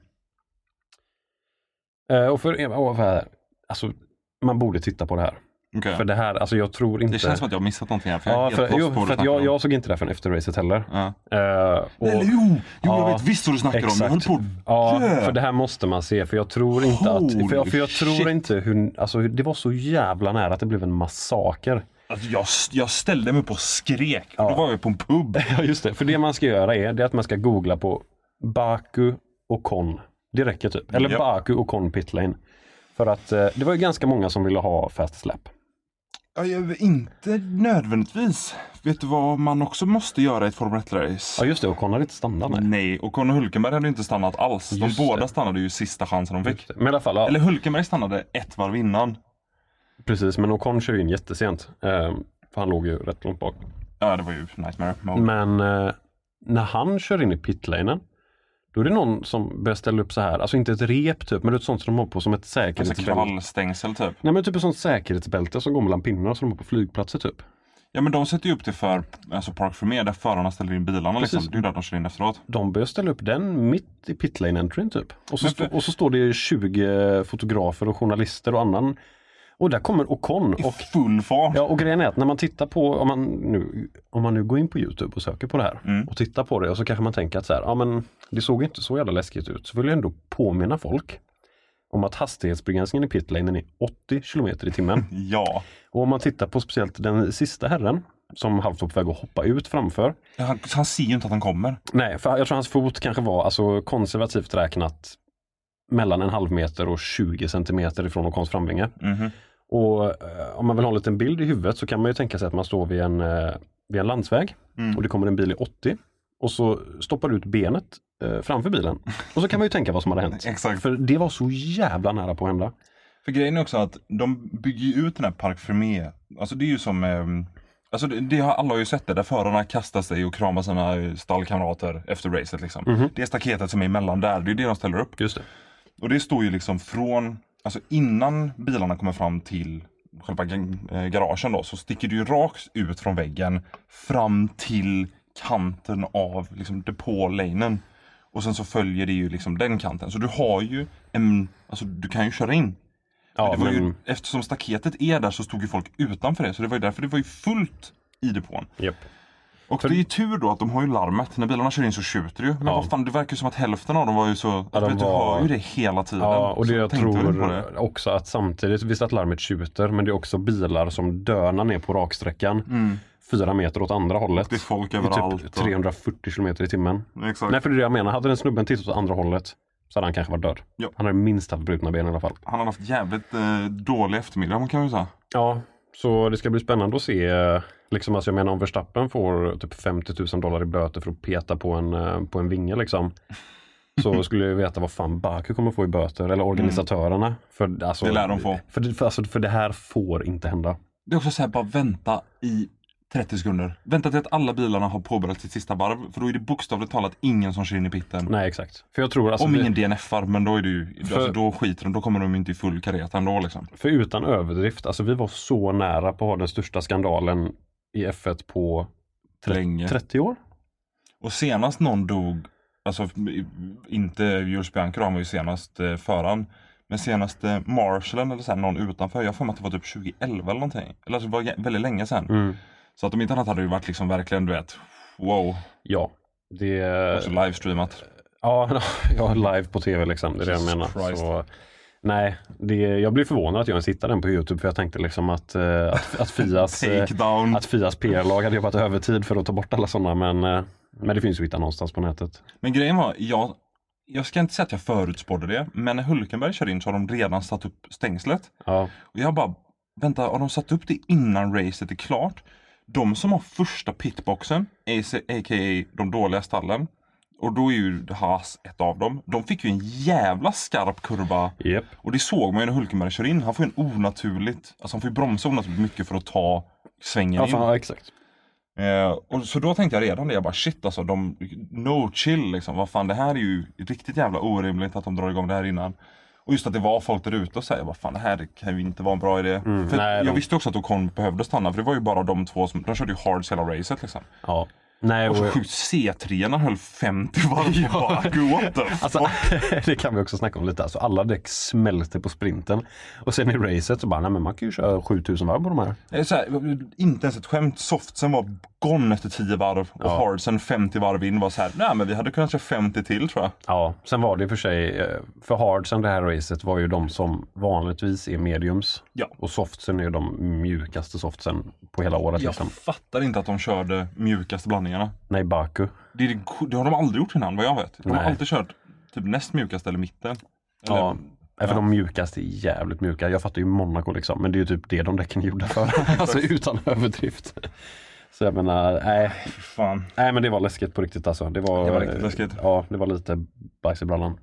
Alltså, man borde titta på det här. Okej. För det här, alltså jag tror inte... Det känns som att jag har missat någonting här. För Ja, jag är helt lost på vad för du att snackar om. jag såg inte det från efter racet heller. Ja. Och, Eller jo, jag ja, vet visst vad du snackar om. Jag exakt. höll på att Ja, dö. för det här måste man se. För jag tror inte att... För jag tror shit. inte hur... Alltså det var så jävla nära att det blev en massaker. Alltså, jag ställde mig upp och skrek. Ja. Då var jag på en pub. Ja, just det. För det man ska göra är att man ska googla på Baku och Con. Det räcker typ. Eller Ja. Baku och Con pitlane. För att det var ju ganska många som ville ha fast slap. Ja, inte nödvändigtvis. Vet du vad man också måste göra i ett Formel 1-race? Ja, just det. Och Con hade inte stannat. Nej, och Conor Hulkenberg hade inte stannat alls. De Just båda det. stannade ju sista chansen de fick. Men i alla fall, ja, Eller Hulkenberg stannade ett varv innan. precis. Men Ocon kör in jättesent. För han låg ju rätt långt bak. Ja, det var ju nightmare. Men när han kör in i pitlanen, då är det någon som börjar ställa upp så här. Alltså inte ett rep typ, men det är ett sånt som de har på som ett Alltså säkerhetsbälte. kravallstängsel typ. Nej, men typ ett sånt säkerhetsbälte som går mellan pinnar som de har på flygplatser typ. Ja, men de sätter ju upp det för alltså Park for Me, där förarna ställer in bilarna Precis. liksom. Det är ju där de kör in efteråt. De börjar ställa upp den mitt i pitlane entryn typ. Och så står det 20 fotografer och journalister och annan. Och där kommer Ocon. I Och, full fart. ja, och grejen är att när man tittar på, om man nu går in på YouTube och söker på det här och tittar på det, och så kanske man tänker att så här, ja men det såg inte så jävla läskigt ut. Så vill jag ändå påminna folk om att hastighetsbegränsningen i pitlanen är 80 km i timmen. Ja. Och om man tittar på speciellt den sista herren som halvt var på väg att hoppa ut framför. Han ser ju inte att han kommer. Nej, för jag tror hans fot kanske var alltså konservativt räknat mellan en halv meter och 20 centimeter ifrån Ocons framvinge. Mhm. Och om man vill ha en liten bild i huvudet så kan man ju tänka sig att man står vid en landsväg och det kommer en bil i 80 och så stoppar du ut benet framför bilen. Och så kan man ju tänka vad som hade hänt. Exakt. För det var så jävla nära på att hända. För grejen är också att de bygger ju ut den här Parc Fermé. Alltså det är ju som... Alltså det har alla ju sett det, där förarna kastar sig och kramar sina stallkamrater efter racet liksom. Det är staketet som är emellan där, det är det de ställer upp. Just det. Och det står ju liksom från... Alltså innan bilarna kommer fram till själva garagen då, så sticker det ju rakt ut från väggen fram till kanten av liksom depålanen. Och sen så följer det ju liksom den kanten. Så du har ju alltså du kan ju köra in. Ja, Det var ju, eftersom staketet är där så stod ju folk utanför det. Så det var ju därför det var ju fullt i depån. Japp. Och det är ju tur då att de har ju larmet. När bilarna kör in så tjuter det ju. Men vad fan, det verkar ju som att hälften av dem var ju så... Ja, du hör ju det hela tiden. Ja, och det Så jag tänkte väl på tror det. också att samtidigt, visst att larmet tjuter, men det är också bilar som dönar ner på raksträckan 4 meter åt andra hållet. Det är folk I överallt. typ 340 km i timmen. Exakt. Nej, för det är det jag menar. Hade den snubben tittat åt andra hållet så hade han kanske varit död. Ja. Han hade minst haft brutna ben i alla fall. Han har haft jävligt dålig eftermiddag, man kan ju säga. Ja, så det ska bli spännande att se. Liksom, alltså jag menar om Verstappen får typ $50,000 i böter för att peta på en vinge liksom. Så skulle jag veta vad fan Baku kommer få i böter. Eller organisatörerna. För, alltså, Det lär de få. För det här får inte hända. Det är också så här, bara vänta i 30 sekunder. Vänta till att alla bilarna har påbörjat sitt sista varv. För då är det bokstavligt talat ingen som kör in i pitten. Nej, exakt. För jag tror alltså Om ingen DNF-ar, men då är det ju, alltså, då skiter de, då kommer de inte i full kareta ändå liksom. För utan överdrift, alltså vi var så nära på att ha den största skandalen i F1 på Länge. 30 år. Och senast någon dog, alltså inte Jules Bianchi, han var ju senast föraren. Men senaste Marshallen eller så här, någon utanför, jag får mig att det var typ 2011 eller någonting. Eller alltså det var väldigt länge sedan. Så att om inte annat hade det ju varit liksom verkligen, du vet, wow. Ja, det... Också livestreamat. Ja, live på tv liksom, det är det jag menar. Christ. Så, nej, jag blev förvånad att jag ens hittade den på YouTube, för jag tänkte liksom att Fias Takedown. att Fias PR-lag hade jobbat övertid för att ta bort alla sådana, men Men det finns ju hitta någonstans på nätet. Men grejen var, jag ska inte säga att jag förutspådde det, men när Hulkenberg kör in så har de redan satt upp stängslet. Ja. Och jag bara, vänta, har de satt upp det innan racet är klart? De som har första pitboxen, a.k.a. de dåliga stallen, och då är ju Haas ett av dem. De fick ju en jävla skarp kurva. Yep. Och det såg man ju när Hulkenberg kör in. Han får ju en onaturligt, alltså han får ju bromsa onaturligt mycket för att ta svängen in. Ja, exakt. Och så då tänkte jag redan det, jag bara shit alltså, no chill liksom, vad fan, det här är ju riktigt jävla orimligt att de drar igång det här innan. Och just att det var folk där ute och säger, vad fan, det här kan ju inte vara en bra idé. För jag visste också att Ocon behövde stanna, för det var ju bara de två som, de körde ju hards hela racet liksom. Ja. Nej, och så sjukt C3-arna höll 50 varv bara, what the fuck? Alltså, det kan vi också snacka om lite. Alltså, alla däck smälter på sprinten. Och sen i racet så bara, nej men man kan ju köra 7000 varv på de här. Det är så här, inte ens ett skämt. Softsen var gone efter 10 varv. Och hardsen 50 varv in var så här, nej men vi hade kunnat köra 50 till tror jag. Ja, sen var det för sig, för hardsen det här racet var ju de som vanligtvis är mediums. Ja. Och softsen är ju de mjukaste softsen på hela året. Jag liksom. fattar inte att de körde mjukaste blandningarna. Nej, Baku. Det har de aldrig gjort innan vad jag vet. De har Nej. alltid kört typ näst mjukaste eller mitten. Eller, Ja, för de mjukaste är jävligt mjuka. Jag fattar ju Monaco liksom, men det är ju typ det de däcken är gjorda för. Alltså utan överdrift. Så jag menar, fan. Nej men det var läskigt på riktigt alltså. Det var riktigt läskigt. Ja, det var lite bajs i brallan.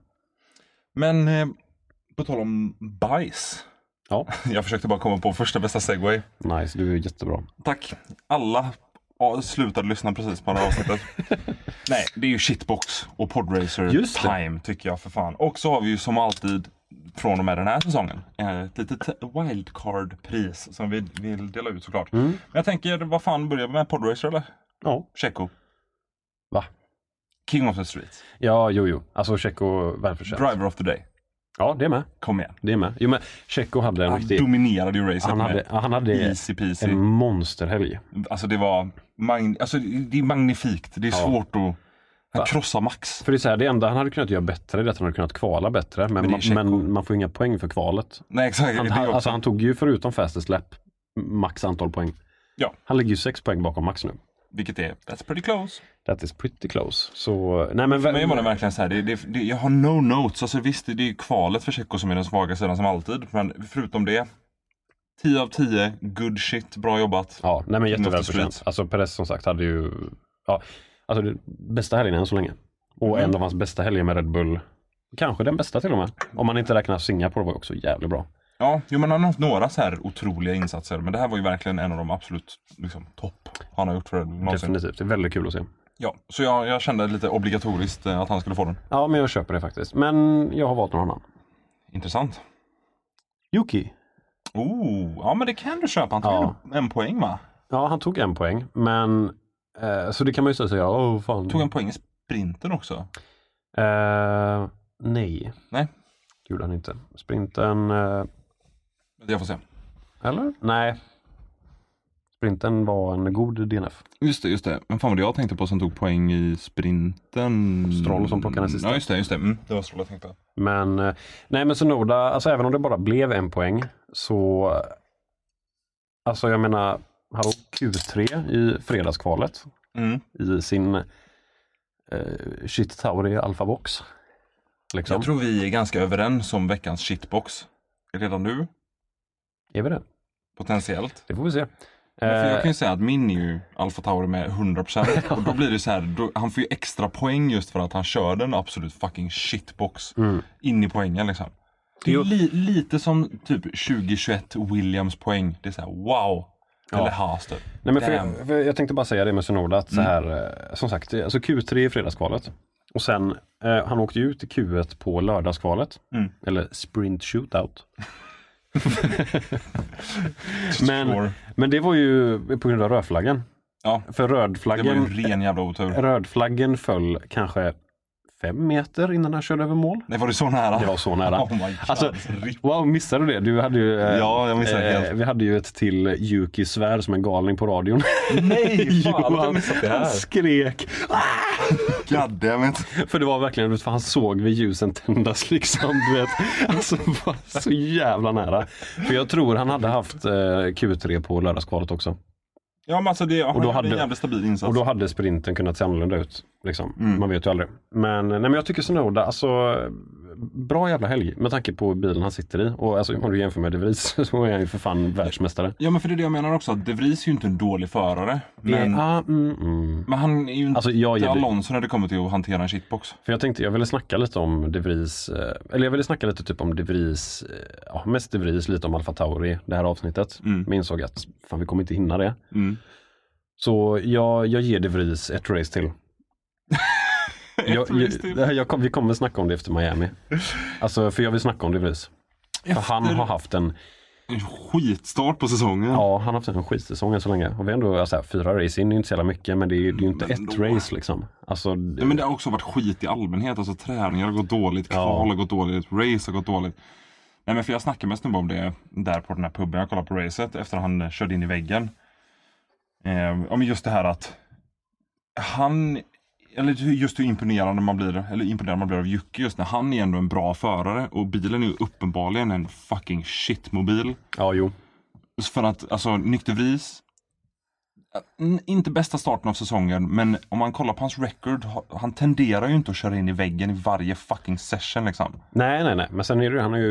Men på tal om bajs. Ja. Jag försökte bara komma på första bästa segway. Nice, du är jättebra. Tack. Alla slutade lyssna precis på det här avsnittet. Nej, det är ju shitbox och podracer time tycker jag för fan. Och så har vi ju som alltid från och med den här säsongen ett litet wildcard-pris som vi vill dela ut såklart. Men jag tänker, vad fan, börjar vi med podracer eller? Ja. Checo. Va? King of the Street. Ja, jo. Alltså Checo välförtjänt. Driver of the day. Ja, det är med. Kom igen. Det är med. Jo men Checo hade en riktig... dominerade ju racet Han hade easy peasy. en monsterhelg. Alltså det var det är magnifikt. Det är svårt att han krossar Max. För det är så här, det enda han hade kunnat göra bättre är att han hade kunnat kvala bättre. Men man får inga poäng för kvalet. Nej, exakt. Han tog ju förutom fastest lap max antal poäng. Ja. Han ligger ju 6 poäng bakom Max nu. Vilket är, that's pretty close. That is pretty close. Så, nej men... För mig var det verkligen så här, jag har no notes. Alltså visst, det är ju kvalet för Checo som är den svaga sidan som alltid. Men förutom det, 10 av 10, good shit, bra jobbat. Ja, nej men jätteväl förtjänt. Alltså Perez som sagt hade ju, ja, alltså det bästa helgen än så länge. Och en av hans bästa helger med Red Bull. Kanske den bästa till och med. Om man inte räknar Singapore var också jävligt bra. Ja, jo, men han har haft några så här otroliga insatser. Men det här var ju verkligen en av de absolut liksom, topp han har gjort för Red Bull någonsin. Definitivt, det är väldigt kul att se. Ja, så jag kände lite obligatoriskt att han skulle få den. Ja, men jag köper det faktiskt. Men jag har valt någon annan. Intressant. Yuki. Ja men det kan du köpa. Han tog en poäng va? Ja, han tog en poäng. Men, så det kan man ju säga, fan. Tog en poäng i sprinten också? Nej. Nej. Gjorde han inte. Sprinten... Jag får se. Eller? Nej. Sprinten var en god DNF. Just det. Men fan vad jag tänkte på som tog poäng i sprinten. Stroll som plockade den sista. Ja, just det. Det var Stroll jag tänkte. Men, nej men Tsunoda, alltså även om det bara blev en poäng så, alltså jag menar, hallå, Q3 i fredagskvalet i sin shit Tauri Alpha Box. Liksom. Jag tror vi är ganska överens om veckans shitbox. Redan nu? Är vi det? Potentiellt. Det får vi se. För jag kan ju säga att min är ju Alfa Tauri med 100%. Och då blir det så här, han får ju extra poäng just för att han kör den absolut fucking shitbox in i poängen liksom. Det är lite som typ 2021 Williams poäng. Det är så här, wow. Eller Haas typ. Nej, men för jag tänkte bara säga det med Tsunoda att så här, som sagt, alltså Q3 i fredagskvalet. Och sen, han åkte ju ut i Q1 på lördagskvalet. Eller sprint shootout. men det var ju på grund av rödflaggen. Ja. För rödflaggen, det var ju ren jävla otur. Rödflaggen föll kanske 5 meter innan han körde över mål. Nej, var det så nära? Det var så nära. Oh my God. Alltså, wow, missade du det? Du hade ju, ja, jag missade helt. Vi hade ju ett till Yuki svär som en galning på radion. Nej, fan, jag missade det här. Han skrek. Goddammit. För det var verkligen, för han såg vid ljusen tändas liksom, du vet. Alltså var så jävla nära. För jag tror han hade haft Q3 på lördagskvalet också. Ja, men alltså det är en jävligt stabil insats. Och då hade sprinten kunnat se annorlunda ut. Liksom. Man vet ju aldrig. Men jag tycker Tsunoda, alltså bra jävla helg med tanke på bilen han sitter i. Och alltså, om du jämför med De Vries så är han ju för fan världsmästare. Ja, men för det är det jag menar också. Att De Vries är ju inte en dålig förare. Men han är ju inte Alonso när det kommer till att hantera en shitbox. För jag ville snacka lite om De Vries, eller jag ville snacka lite typ om De Vries, mest De Vries, lite om Alfa Tauri det här avsnittet. Men insåg att fan, vi kommer inte hinna det. Så jag ger De Vries ett race till. Vi kommer snacka om det efter Miami. Alltså, för jag vill snacka om De Vries. För han har haft en skitstart på säsongen. Ja, han har haft en skitsäsong än så länge. Och vi ändå, alltså, 4 race in är inte så jävla mycket, men det är ju inte ett race liksom. Alltså, ja, men det har också varit skit i allmänhet. Alltså träningar har gått dåligt, kval har gått dåligt, race har gått dåligt. Nej, men för jag snackade med snubbe om det där på den här puben. Jag kollade på racet efter att han körde in i väggen. Men just det här att han, eller just hur imponerande man blir av Yuki just när han är ändå en bra förare och bilen är ju uppenbarligen en fucking shitmobil. Ja, jo. För att, alltså, Nyck De Vries, inte bästa starten av säsongen, men om man kollar på hans record, han tenderar ju inte att köra in i väggen i varje fucking session liksom. Nej, men sen är det, han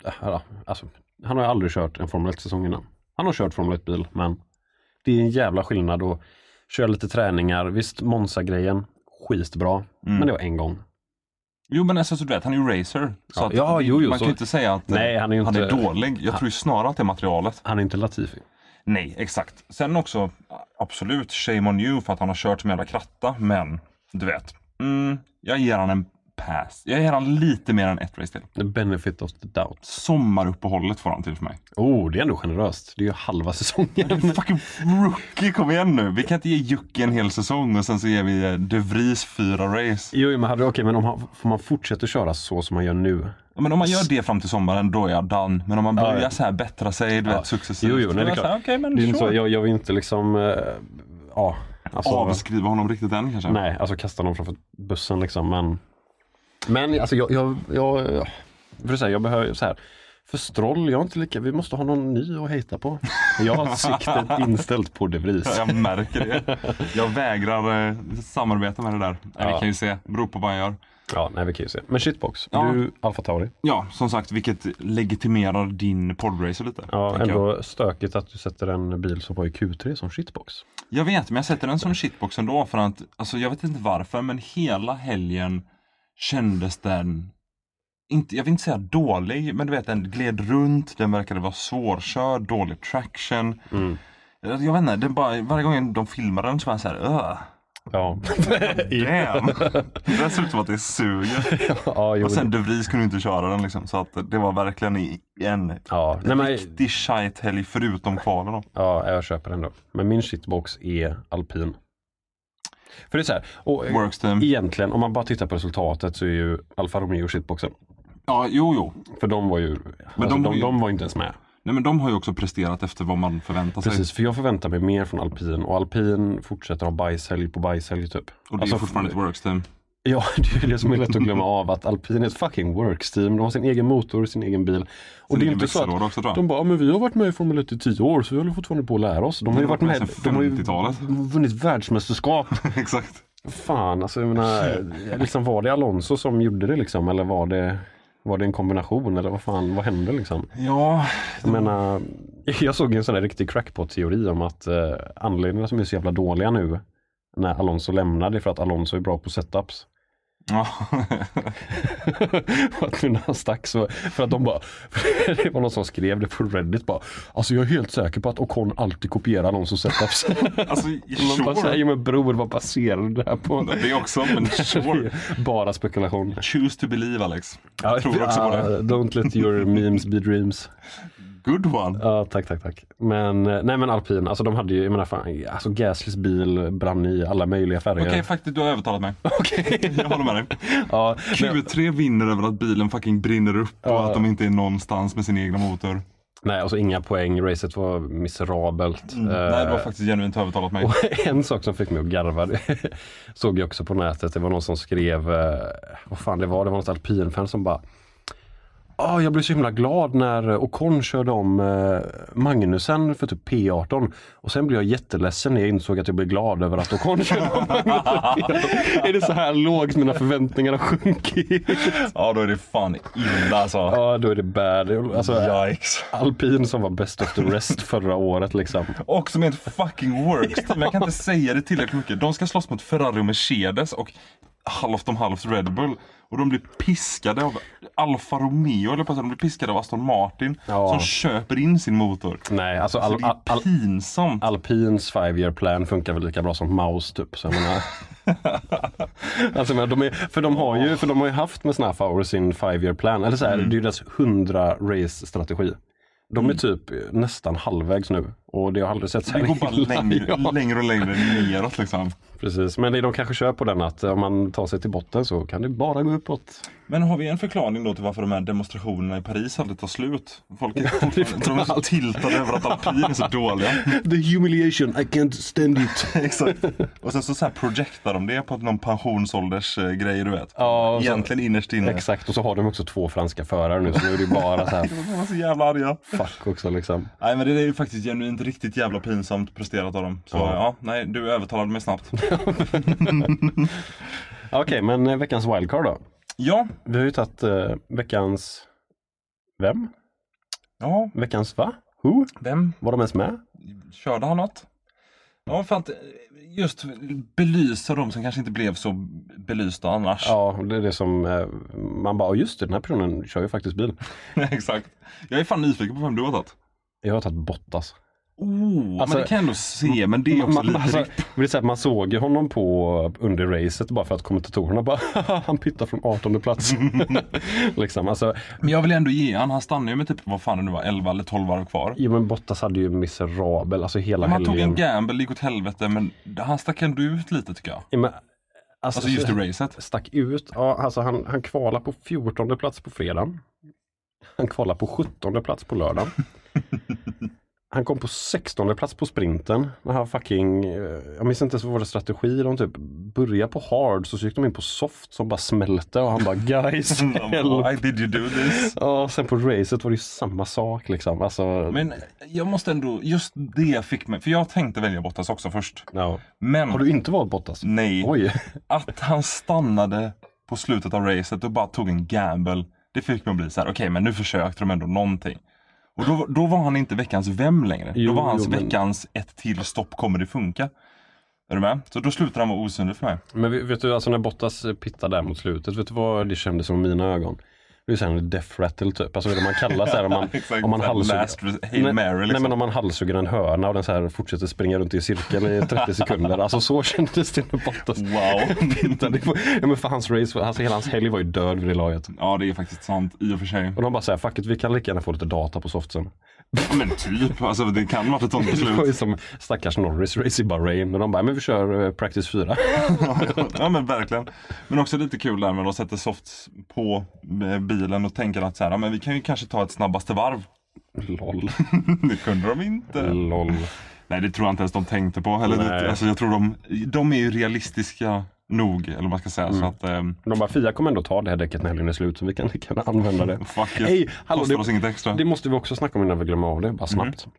har ju aldrig kört en Formel 1-säsong innan. Han har kört Formel 1-bil, men det är en jävla skillnad att köra lite träningar. Visst, Monza-grejen, skitbra, men det var en gång. Jo, men alltså, du vet, han är ju racer. Så att man kan ju inte säga att han är dålig. Jag tror ju snarare att det är materialet. Han är inte Latifi. Nej, exakt. Sen också, absolut, shame on you för att han har kört som jävla kratta. Men, du vet, jag ger han en pass. Jag ger han lite mer än ett race till. The benefit of the doubt. Sommaruppehållet får han till för mig. Det är ändå generöst. Det är ju halva säsongen. Fucking rookie, kom igen nu. Vi kan inte ge Jocke en hel säsong och sen så ger vi De Vries 4 race. Jo, men men om man fortsätter köra så som man gör nu. Ja, men om man gör det fram till sommaren, då är jag done. Men om man börjar så här bättra sig, du vet, successivt. Jo, nej, det är klart. Okay, men det är inte så, jag vill inte liksom avskriva honom riktigt än kanske. Nej, alltså kasta honom framför bussen liksom, men alltså jag behöver så här. För Stroll, jag är inte lika. Vi måste ha någon ny att hejta på. Jag har siktet inställt på De Vries. Jag märker det. Jag vägrar samarbeta med det där. Vi kan ju se, beror på vad jag gör. Ja, nej, vi kan ju se. Men shitbox, du Alfa Tauri. Ja, som sagt, vilket legitimerar din podracer lite. Ja, ändå stökigt att du sätter en bil som var i Q3 som shitbox. Jag vet, men jag sätter den som shitbox ändå för att, alltså jag vet inte varför, men hela helgen kändes den inte, jag vill inte säga dålig, men du vet, den gled runt, den verkade vara svårkörd, dålig traction. Jag vet inte, det bara, varje gång de filmade den så var jag så här, ja. Damn. Det ser ut som att det suger. Och sen De Vries kunde inte köra den liksom, så att det var verkligen en riktig shite-helg förutom kvalen då. Ja, jag köper den då. Men min shitbox är alpin. För det är så här, och egentligen om man bara tittar på resultatet så är ju Alfa Romeo shitboxen. Ja, jo. För de var ju, men de var inte ens med. Nej, men de har ju också presterat efter vad man förväntar sig. Precis, för jag förväntar mig mer från alpin. Och alpin fortsätter ha bajshelg på bajshelg typ. Och det är fortfarande ett worksteam. Ja, det är det som är lätt att glömma av. Att alpin är ett fucking worksteam. De har sin egen motor, sin egen bil. Och det är inte så att också, de bara, men vi har varit med i Formel 1 i 10 år så vi håller fortfarande på att lära oss. De har ju varit med, de har ju vunnit världsmästerskap. Exakt. Fan, alltså jag menar, liksom, var det Alonso som gjorde det liksom? Eller var det en kombination? Eller vad hände liksom? Ja. Jag menar, jag såg en sån där riktig crackpot-teori om att anledningarna som är så jävla dåliga nu när Alonso lämnade för att Alonso är bra på setups. Ja. Att nu när han stack så, för att de bara, det var någon som skrev det på Reddit bara, alltså jag är helt säker på att Ocon alltid kopierar Alonso setups. Alltså, man bara säger, men bror, vad baserar det här på? Det är också, men sure. Bara spekulation. Choose to believe, Alex. Jag tror också på det. Don't let your memes be dreams. Good one. Ja, tack. Men nej, men alpin, alltså de hade ju, jag menar fan, alltså Gaslys bil brann i alla möjliga färger. Okej, faktiskt, du har övertalat mig. Okej. Jag håller med dig. Ja, Q3 vinner över att bilen fucking brinner upp och att de inte är någonstans med sin egna motor. Nej, alltså inga poäng. Racet var miserabelt. Nej, det var faktiskt genuint övertalat mig. Och en sak som fick mig att garva, såg jag också på nätet. Det var någon som skrev, vad fan det var något alpinfan som bara, Jag blev så himla glad när Ocon körde om Magnussen för typ P18. Och sen blev jag jätteledsen när jag insåg att jag blev glad över att Ocon körde om Magnussen. Är det så här lågt mina förväntningar har sjunkit? Ja, då är det fan illa alltså. Ja, då är det bad. Alltså, Yikes. Alpin som var best of the rest förra året liksom. Och som är ett fucking works team. Jag kan inte säga det tillräckligt mycket. De ska slåss mot Ferrari och Mercedes och halvt om halvt Red Bull. Och de blir piskade av Alfa Romeo, eller på att de blir piskade av Aston Martin som köper in sin motor. Nej, alltså det är pinsamt. Alpins 5-year plan funkar väl lika bra som Maus typ. Så jag menar, alltså, men de har ju haft med Snafauer sin 5-year plan. Eller så här, det är ju deras 100 race-strategi. De är typ nästan halvvägs nu. Och det har aldrig sett så här. Det går bara längre och längre neråt liksom. Precis, men de kanske kör på den att om man tar sig till botten så kan det bara gå uppåt. Men har vi en förklaring då till varför de här demonstrationerna i Paris aldrig tar slut? Folk är så tiltade över att alpin är så dåliga. The humiliation, I can't stand it. Exakt. Och sen så här projektar de det på någon pensionsålders grej, du vet. Ja, egentligen innerst inne. Exakt, och så har de också 2 franska förare nu, så nu är det bara så här. De var så jävla arga. Fuck också liksom. Nej, men det är ju faktiskt genuint riktigt jävla pinsamt presterat av dem. Så nej, du övertalade mig snabbt. Okej, men veckans wildcard då? Ja. Vi har ju tagit veckans... Vem? Ja. Veckans va? Who? Vem? Var de ens med? Körde han något? Ja, för att just belysa dem som kanske inte blev så belysta annars. Ja, det är det som man bara, just det, den här personen kör ju faktiskt bil. Exakt. Jag är fan nyfiken på vem du har tagit. Jag har tagit Bottas. Alltså, men det kan jag ändå se, men det är också lite alltså, det är man såg ju honom på under racet bara för att kommentatorerna bara han pittar från 18:e plats. Liksom, alltså, men jag vill ändå ge han stannade ju med typ, vad fan det nu var, 11 eller 12 varv kvar. Jo, men Bottas hade ju miserabel, alltså hela helgen. Han tog en gamble, gick åt helvete, men han stack ändå ut lite tycker jag. Ja, men, alltså just i racet. Stack ut, ja, alltså han kvalar på 14:e plats på fredagen. Han kvalar på 17:e plats på lördagen. Han kom på 16:e plats på sprinten. Den här fucking, jag minns inte så var det strategi. De typ började på hard, så gick de in på soft som bara smälte. Och han bara, guys, why did you do this? Ja, sen på racet var det ju samma sak liksom. Alltså, men jag måste ändå, just det fick mig, för jag tänkte välja Bottas också först. Ja. Men har du inte valt Bottas? Nej. Oj. Att han stannade på slutet av racet och bara tog en gamble, det fick mig att bli så här: okej, men nu försökte de ändå någonting. Och då var han inte veckans vem längre. Då var hans veckans ett till stopp, kommer det funka? Är du med? Så då slutar han vara osynlig för mig. Men vet du, alltså när Bottas pittade där mot slutet, vet du vad det kändes som i mina ögon? Det är så en death rattle typ. Alltså det man kallar så här om man halshugger. Nej, men om man halshugger en hörna och den så här fortsätter springa runt i cirkel i 30 sekunder. Alltså så kändes det med Bottas. Wow. Ja, men för hans race, alltså hela hans helg var ju död vid det laget. Ja, det är faktiskt sant i och för sig. Och de bara säger, fuck it, vi kan lika gärna få lite data på softsen. Men typ, alltså det kan vara ett sånt beslut. Det var ju som stackars Norris race i Bahrain. Men de bara, men vi kör practice 4. Ja, men verkligen. Men också lite kul där när de sätter softs på bilen och tänker att så här, ja, men vi kan ju kanske ta ett snabbaste varv. Lol. Det kunde de inte. Lol. Nej, det tror jag inte ens de tänkte på. Eller alltså, jag tror de är ju realistiska nog, eller vad man ska säga. Så att, de bara, Fia kommer ändå ta det här däcket när helgen är slut, så vi kan använda det. Fuck it. Hey, hallå, kostar oss inget extra. Det måste vi också snacka om innan vi glömmer av det, bara snabbt.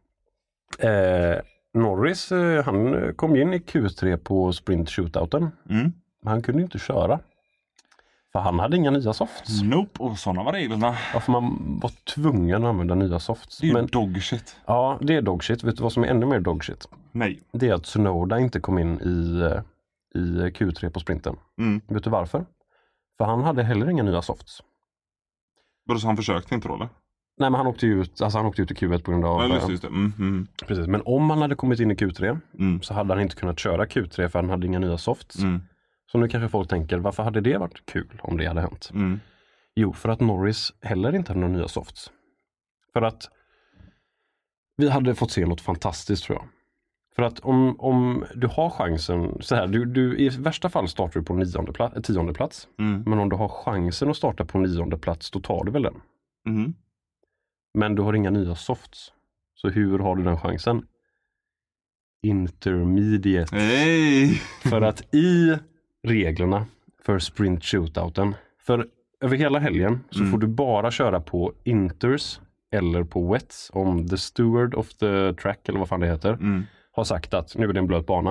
Norris, han kom in i Q3 på sprint shootouten. Men han kunde inte köra. För han hade inga nya softs. Nope, och sådana var reglerna. Ja, för man var tvungen att använda nya softs. Det är ju dogshit. Ja, det är dogshit. Vet du vad som är ännu mer dogshit? Nej. Det är att Tsunoda inte kom in i Q3 på sprinten. Vet du varför? För han hade heller inga nya softs. Så han försökte inte då, eller? Nej, men han åkte ut i Q1 på grund av... Ja, just det. Precis, men om han hade kommit in i Q3 så hade han inte kunnat köra Q3 för han hade inga nya softs. Så nu kanske folk tänker, varför hade det varit kul om det hade hänt? Jo, för att Norris heller inte hade några nya softs. För att vi hade fått se något fantastiskt, tror jag. För att om du har chansen, så här, du i värsta fall startar du på 10:e plats. Men om du har chansen att starta på 9:e plats, då tar du väl den. Men du har inga nya softs. Så hur har du den chansen? Intermediate. Hey. För att i reglerna för sprint shootouten, för över hela helgen så får du bara köra på inters eller på wets om the steward of the track eller vad fan det heter har sagt att nu är det en blöt bana.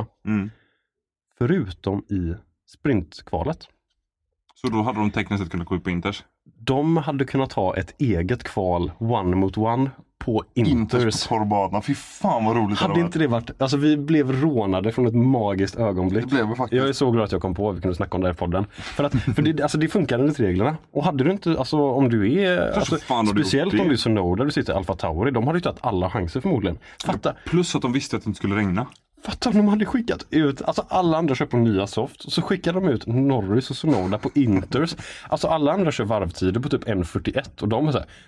Förutom i sprintkvalet. Så då hade de tekniskt sett kunnat gå ut på inters? De hade kunnat ha ett eget kval one mot one på inters. På torrbana. Fy fan vad roligt hade inte det varit. Alltså vi blev rånade från ett magiskt ögonblick. Det blev faktiskt. Jag är så glad att jag kom på att vi kunde snacka om det här i podden. För det, alltså det funkar enligt reglerna. Och hade du inte, alltså om du är alltså, speciellt om du är så där du sitter i Alfa Tauri, de hade ju tagit alla chanser förmodligen. Fatta. Plus att de visste att det inte skulle regna. Fatta om de hade skickat ut, alltså alla andra kör på nya soft och så skickar de ut Norris och Sonoda på inters. Alltså alla andra kör varvtider på typ 1.41 och de är så här,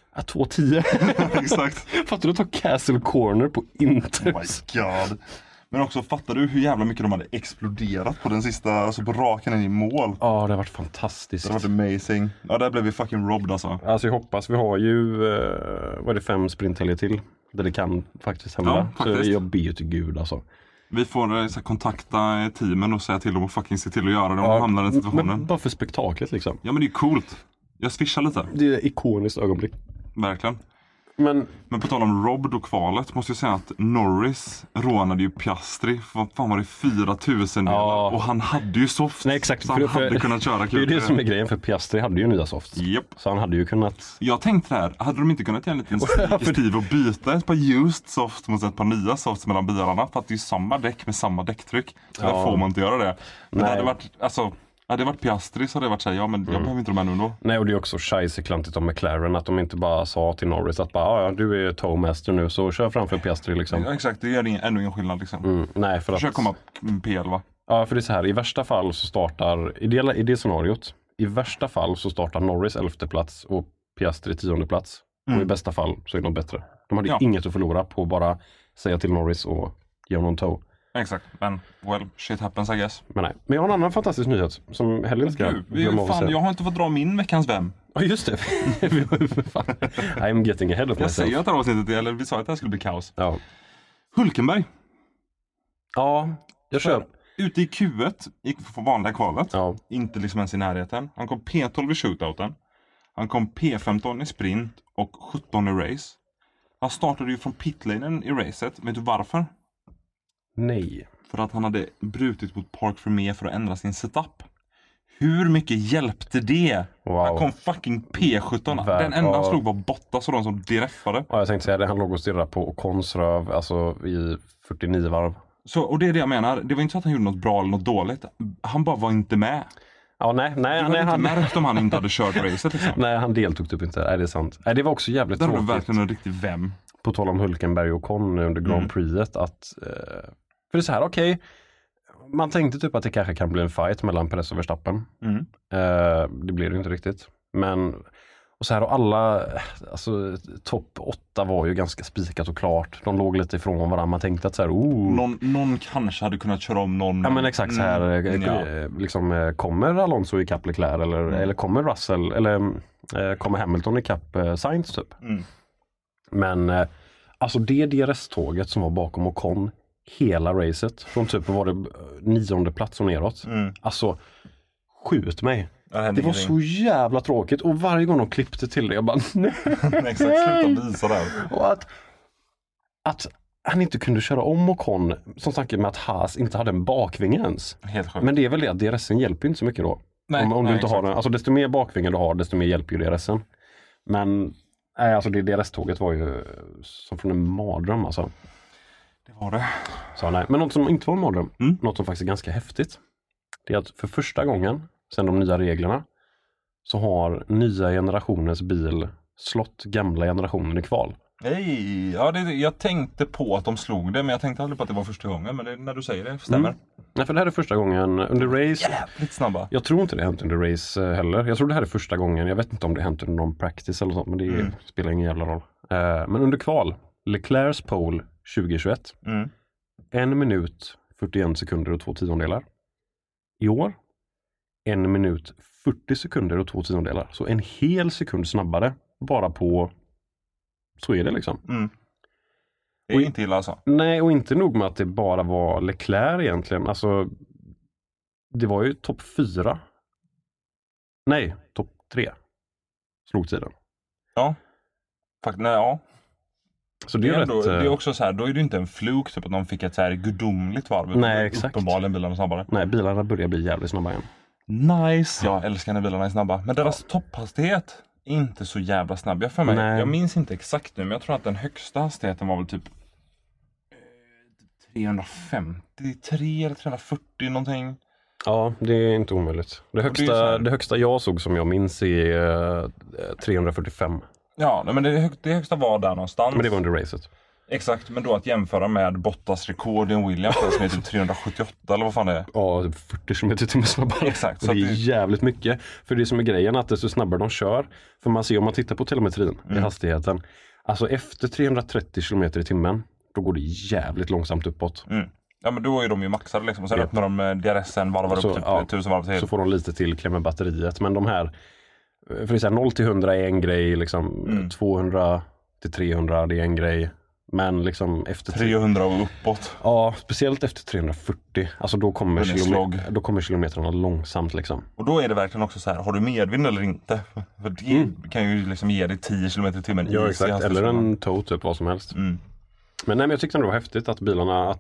2.10. Exakt. Fattar du att ta Castle Corner på inters? Oh my god. Men också, fattar du hur jävla mycket de hade exploderat på den sista, alltså på raken i mål? Ja, det har varit fantastiskt. Det har varit amazing. Ja, där blev vi fucking robbed alltså. Alltså jag hoppas, vi har ju, vad är det, 5 sprinthelger till? Där det kan faktiskt hända. Ja, faktiskt. Så jag ber ju till Gud alltså. Vi får så här, kontakta teamen och säga till dem och fucking se till att göra det om de hamnar i den situationen. Men bara för spektaklet liksom. Ja, men det är coolt. Jag swishar lite. Det är ett ikoniskt ögonblick. Verkligen. Men på tal om robbed och kvalet måste jag säga att Norris rånade ju Piastri. Vad fan var det, 4000 delar. Ja. Och han hade ju soft. Nej, exakt. Så han hade kunnat köra kul. Det är det som är grejen, för Piastri hade ju nya soft. Yep. Så han hade ju kunnat... Jag tänkte här, hade de inte kunnat göra en liten stil och byta ett par used soft mot ett par nya soft mellan bilarna? För att det är samma däck med samma däcktryck. Så där får man inte göra det. Men det hade varit, alltså... Hade det varit Piastri så hade det varit så här, ja men jag behöver inte de här nu ändå. Nej, och det är också scheisse-klantigt om McLaren att de inte bara sa till Norris att bara, ja du är towmaster nu så kör framför Piastri liksom. Ja, exakt, det gör ändå ingen skillnad liksom. Nej, för försök att... komma P11. Ja, för det är så här, i värsta fall så startar, i det scenariot, i värsta fall så startar Norris 11:e plats och Piastri 10:e plats. Och i bästa fall så är de bättre. De hade inget att förlora på att bara säga till Norris och ge honom tow. Exakt, men well, shit happens I guess. Men nej, men jag har en annan fantastisk nyhet som heller inte ska glömma av att säga. Jag har inte fått dra min veckans vem. Ja, just det. I'm getting ahead of myself. Jag säger att det här avsnittet, eller vi sa att det här skulle bli kaos. Ja. Hulkenberg. Ja, jag kör. Ute i Q1 gick på vanliga kvalet. Ja. Inte liksom ens i närheten. Han kom P12 i shootouten. Han kom P15 i sprint och 17 i race. Han startade ju från pitlanen i racet. Vet du varför? Nej. För att han hade brutit mot Park Fermé för att ändra sin setup. Hur mycket hjälpte det? Wow. Han kom fucking P17. Den enda han slog var Bottas och de som DRFade. Ja, jag tänkte säga det. Han låg och stirrade på Ocons röv, alltså i 49 varv. Så, och det är det jag menar. Det var inte så att han gjorde något bra eller något dåligt. Han bara var inte med. Ja, nej, det var inte märkt om han inte hade kört racet liksom. Nej, han deltog typ inte. Nej, det är sant. Nej, det var också jävligt tråkigt. Det var verkligen en riktig vem. På tal om Hulkenberg och Ocon under Grand Prixet att för det är så här, okej. Man tänkte typ att det kanske kan bli en fight mellan Perez och Verstappen. Det blev det inte riktigt. Men och så här, och alla, alltså topp 8 var ju ganska spikat och klart. De låg lite ifrån varandra. Man tänkte att så här, någon kanske hade kunnat köra om någon. Ja, men exakt så här, liksom, kommer Alonso i kapp Leclerc eller kommer Russell eller kommer Hamilton i kapp Sainz typ. Men alltså det DRS-tåget som var bakom Ocon hela racet, från typ var det 9:e plats och neråt. Alltså, skjut mig. Det var så jävla tråkigt. Och varje gång de klippte till det, jag bara nej. Exakt, sluta visa där. Och att han inte kunde köra om Ocon, som sagt med att Haas inte hade en bakvinge ens. Helt sjukt. Men det är väl det att DRSen hjälper inte så mycket då. Nej, om du inte har den. Alltså desto mer bakvinge du har, desto mer hjälper ju DRSen. Men nej, alltså det DRS-tåget var ju som från en mardröm alltså. Det var det. Så nej, men något som inte var en mardröm, något som faktiskt är ganska häftigt. Det är att för första gången sedan de nya reglerna så har nya generationens bil slått gamla generationen i kval. Nej, ja, jag tänkte på att de slog det, men jag tänkte aldrig på att det var första gången. Men när du säger det, stämmer. Nej, för det här är första gången under race. Jävligt snabba. Jag tror inte det har hänt under race heller. Jag tror det här är första gången. Jag vet inte om det har hänt under någon practice eller sånt, men det spelar ingen jävla roll. Men under kval, Leclercs pole 2021. 1 minut 41 sekunder och 2 tiondelar. I år 1 minut 40 sekunder och 2 tiondelar. Så en hel sekund snabbare bara på, så är det liksom. Det är inte illa alltså. Nej, och inte nog med att det bara var Leclerc egentligen. Alltså, det var ju topp 4. Nej, topp 3. slog tiden. Ja. Nej, ja. Så det är ändå, rätt... det är också så här, då är det inte en fluk typ att de fick ett så här gudomligt varv. Nej, exakt. Uppenbarligen bilarna snabbare. Nej, bilarna börjar bli jävligt snabba igen. Nice! Jag älskar när bilarna är snabba. Men deras topphastighet är inte så jävla snabb. Jag minns inte exakt nu, men jag tror att den högsta hastigheten var väl typ 353 eller 340 någonting. Ja, det är inte omöjligt. Det högsta jag såg som jag minns är 345. Ja, men det högsta var där någonstans. Men det var under racet. Exakt, men då att jämföra med Bottas rekord i en Williams som är typ 378 eller vad fan det är. Ja, 40 km/h snabbare. Exakt. Så det är jävligt mycket. För det som är grejen att desto snabbare de kör. För man ser om man tittar på telemetrin i hastigheten. Alltså efter 330 km/h då går det jävligt långsamt uppåt. Ja, men då är de ju maxade liksom. Och sen öppnar de DRSen, varvar upp typ 1000 varv till. Så får de lite till, klämmer batteriet. Men de här, för det är så här, 0-100 är en grej, liksom 200-300 det är en grej. Men liksom efter 300 och uppåt. Ja, speciellt efter 340. Alltså då kommer kilometrarna långsamt liksom. Och då är det verkligen också så här, har du medvind eller inte? För det kan ju liksom ge dig 10 km/h. Ja, exakt. Eller en tow typ, vad som helst. Men nej, men jag tyckte ändå det var häftigt att bilarna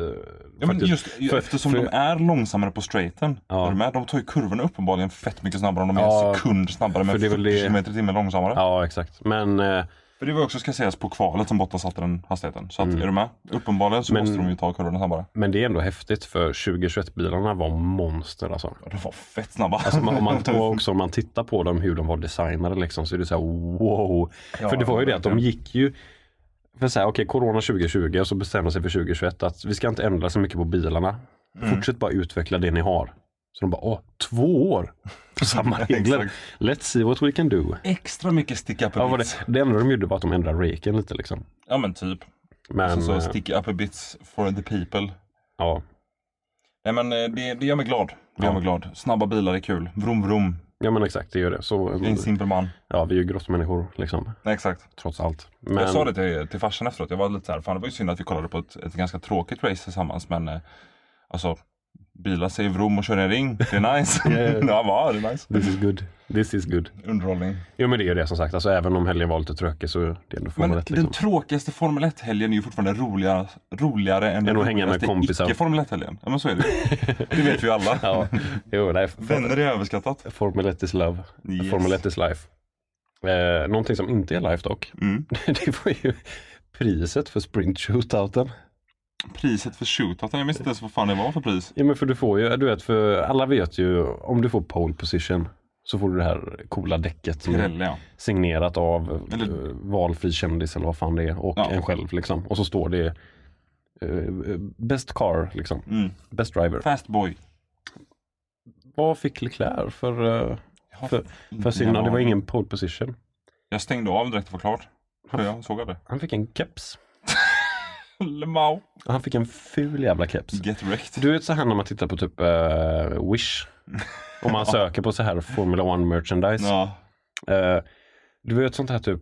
eftersom de är långsammare på straighten. De tar ju kurvorna uppenbarligen fett mycket snabbare om de är en sekund snabbare med 40 km/h långsammare. Ja, exakt. Men för det var också ska sägas på kvalet som Bottas satte den hastigheten. Så att, är du med? Uppenbarligen så måste de ju ta kurvorna snabbare. Men det är ändå häftigt för 2021-bilarna var monster alltså. Ja, de var fett snabba. Alltså, om man tittar på dem hur de var designade liksom, så är det så här wow. Ja, för det var ju det att de gick ju för så här, okej, corona 2020 och så bestämde sig för 2021 att vi ska inte ändra så mycket på bilarna. Fortsätt bara utveckla det ni har. Så de bara, 2 år på samma regler. Let's see what we can do. Extra mycket stick up a bits. Det enda de gjorde var att de ändrade raken lite liksom. Ja, men typ. Men så stick up a bits for the people. Ja. Nej, men det gör mig glad. Det gör mig glad. Snabba bilar är kul. Vroom vroom. Ja, men exakt, det gör det. Så, det är en simpel man. Ja, vi är ju grottmänniskor liksom. Nej, exakt. Trots allt. Men... Jag sa det till farsan efteråt. Jag var lite så här, fan det var ju synd att vi kollade på ett ganska tråkigt race tillsammans. Men alltså, bilar säger vroom och kör en ring. Det är nice. Ja, det är nice. This is good. Underhållning. Jo, men det är ju det som sagt. Alltså, även om helgen var lite tråkig så är det ändå Formel 1 liksom. Den tråkigaste Formel 1-helgen är ju fortfarande roligare än den hänga med kompisar. Icke Formel 1-helgen. Ja, men så är det. Det vet vi alla. Ja. Jo, nej. Vänner är överskattat. Formel 1 is love. Yes. Formel 1 is life. Någonting som inte är life dock. Det var ju priset för sprint shootouten. Priset för shootouten? Jag visste inte ens vad fan det var för pris. Ja, men för du får ju, du vet, för alla vet ju, om du får pole position så får du det här coola däcket som är signerat av valfri kändis eller vad fan det är och en själv liksom. Och så står det best car liksom. Best driver. Fast boy. Vad fick Leclerc för sin, det var ingen pole position. Jag stängde av direkt och var klart. Jag såg det. Han fick en keps. Lemau. Han fick en ful jävla keps. Get wrecked. Du vet så här när man tittar på typ Wish. Om man söker på så här Formula 1 merchandise. Ja. Du vet sånt här typ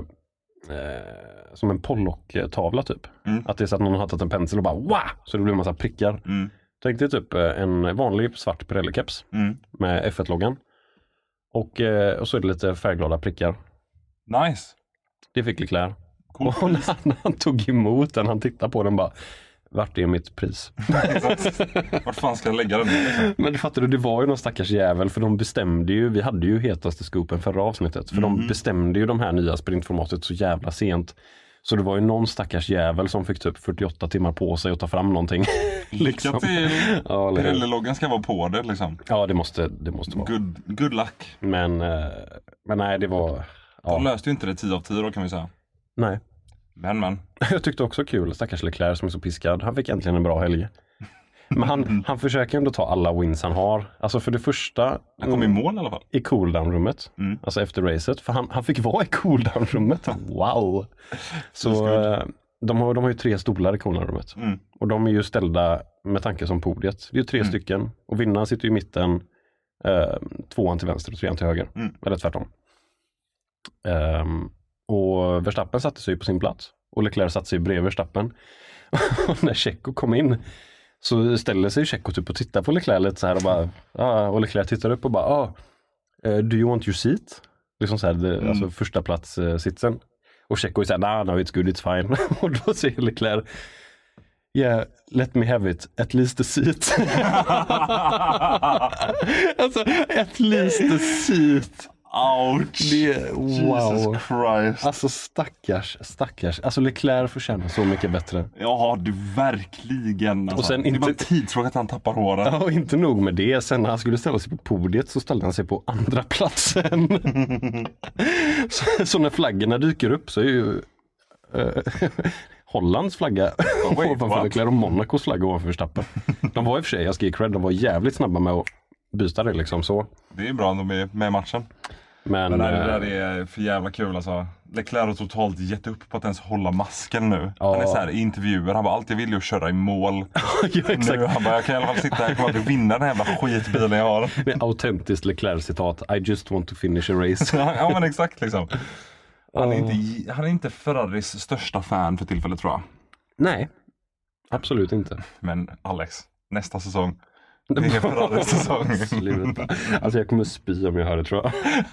som en Pollock-tavla typ. Att det är så att någon har tagit en pensel och bara wow! Så det blir en massa prickar. Tänk dig typ en vanlig svart Pirelli-keps med F1-loggan. Och så är det lite färgglada prickar. Nice. Det fick Leclerc. Cool. Och när han tog emot den, han tittade på den bara, vart är mitt pris? Vart fan ska jag lägga den? Liksom? Men du fattar, det var ju någon stackars jävel, för de bestämde ju, vi hade ju hetaste scoopen förra avsnittet, för de bestämde ju de här nya sprintformatet så jävla sent. Så det var ju någon stackars jävel som fick typ 48 timmar på sig att ta fram någonting. Lycka till! Ja, Pirelli-loggan ska vara på det liksom. Ja, det måste vara. Good luck. Men nej, det var... De löste ju inte det 10 av 10 då kan vi säga. Nej. Men. Jag tyckte också kul, stackars Leclerc som är så piskad. Han fick äntligen en bra helg. Men han försöker ändå ta alla wins han har. Alltså för det första... Han kom i mål i alla fall. I cooldown-rummet. Alltså efter racet. För han fick vara i cooldown-rummet. Wow! Så de har ju 3 stolar i cooldown-rummet. Och de är ju ställda med tanke som podiet. Det är ju 3 stycken. Och vinnaren sitter i mitten. 2an till vänster och 3an till höger. Eller tvärtom. Och Verstappen satte sig på sin plats. Och Leclerc satte sig bredvid Verstappen. Och när Checo kom in så ställer sig Checo typ och tittar på Leclerc lite så här och bara, och Leclerc tittar upp och bara, do you want your seat? Liksom så här, alltså första plats sitsen. Och Checo säger, no, it's good, it's fine. Och då säger Leclerc, yeah, let me have it, at least a seat. Alltså, at least a seat. Ouch! Wow. Jesus Christ. Alltså stackars. Alltså Leclerc förtjänar så mycket bättre. Ja, du verkligen. Alltså. Och sen det är inte- bara tidsfråga att han tappar håret. Ja, och inte nog med det. Sen när han skulle ställa sig på podiet så ställde han sig på andra platsen. så när flaggorna dyker upp så är ju Hollands flagga ovanför what? Leclerc och Monacos flagga ovanför Verstappen. De var i och för sig, jag ska ge cred, de var jävligt snabba med att byta det liksom så. Det är bra att de är med i matchen. Men Men det där är för jävla kul alltså. Leclerc har totalt gett upp på att ens hålla masken nu. Ja. Han är så här i intervjuer, han bara, allt jag vill är att köra i mål. ja, exakt. Nu, han bara, jag kan i alla fall sitta här, jag kommer aldrig vinna den här jävla skitbilen jag har. Det är autentiskt Leclerc-citat. I just want to finish a race. Ja men exakt liksom. Han är inte Ferraris största fan för tillfället tror jag. Nej, absolut inte. Men Alex, nästa säsong. Det är Ferraris säsong. Sluta. Alltså jag kommer spy om jag hör det tror jag.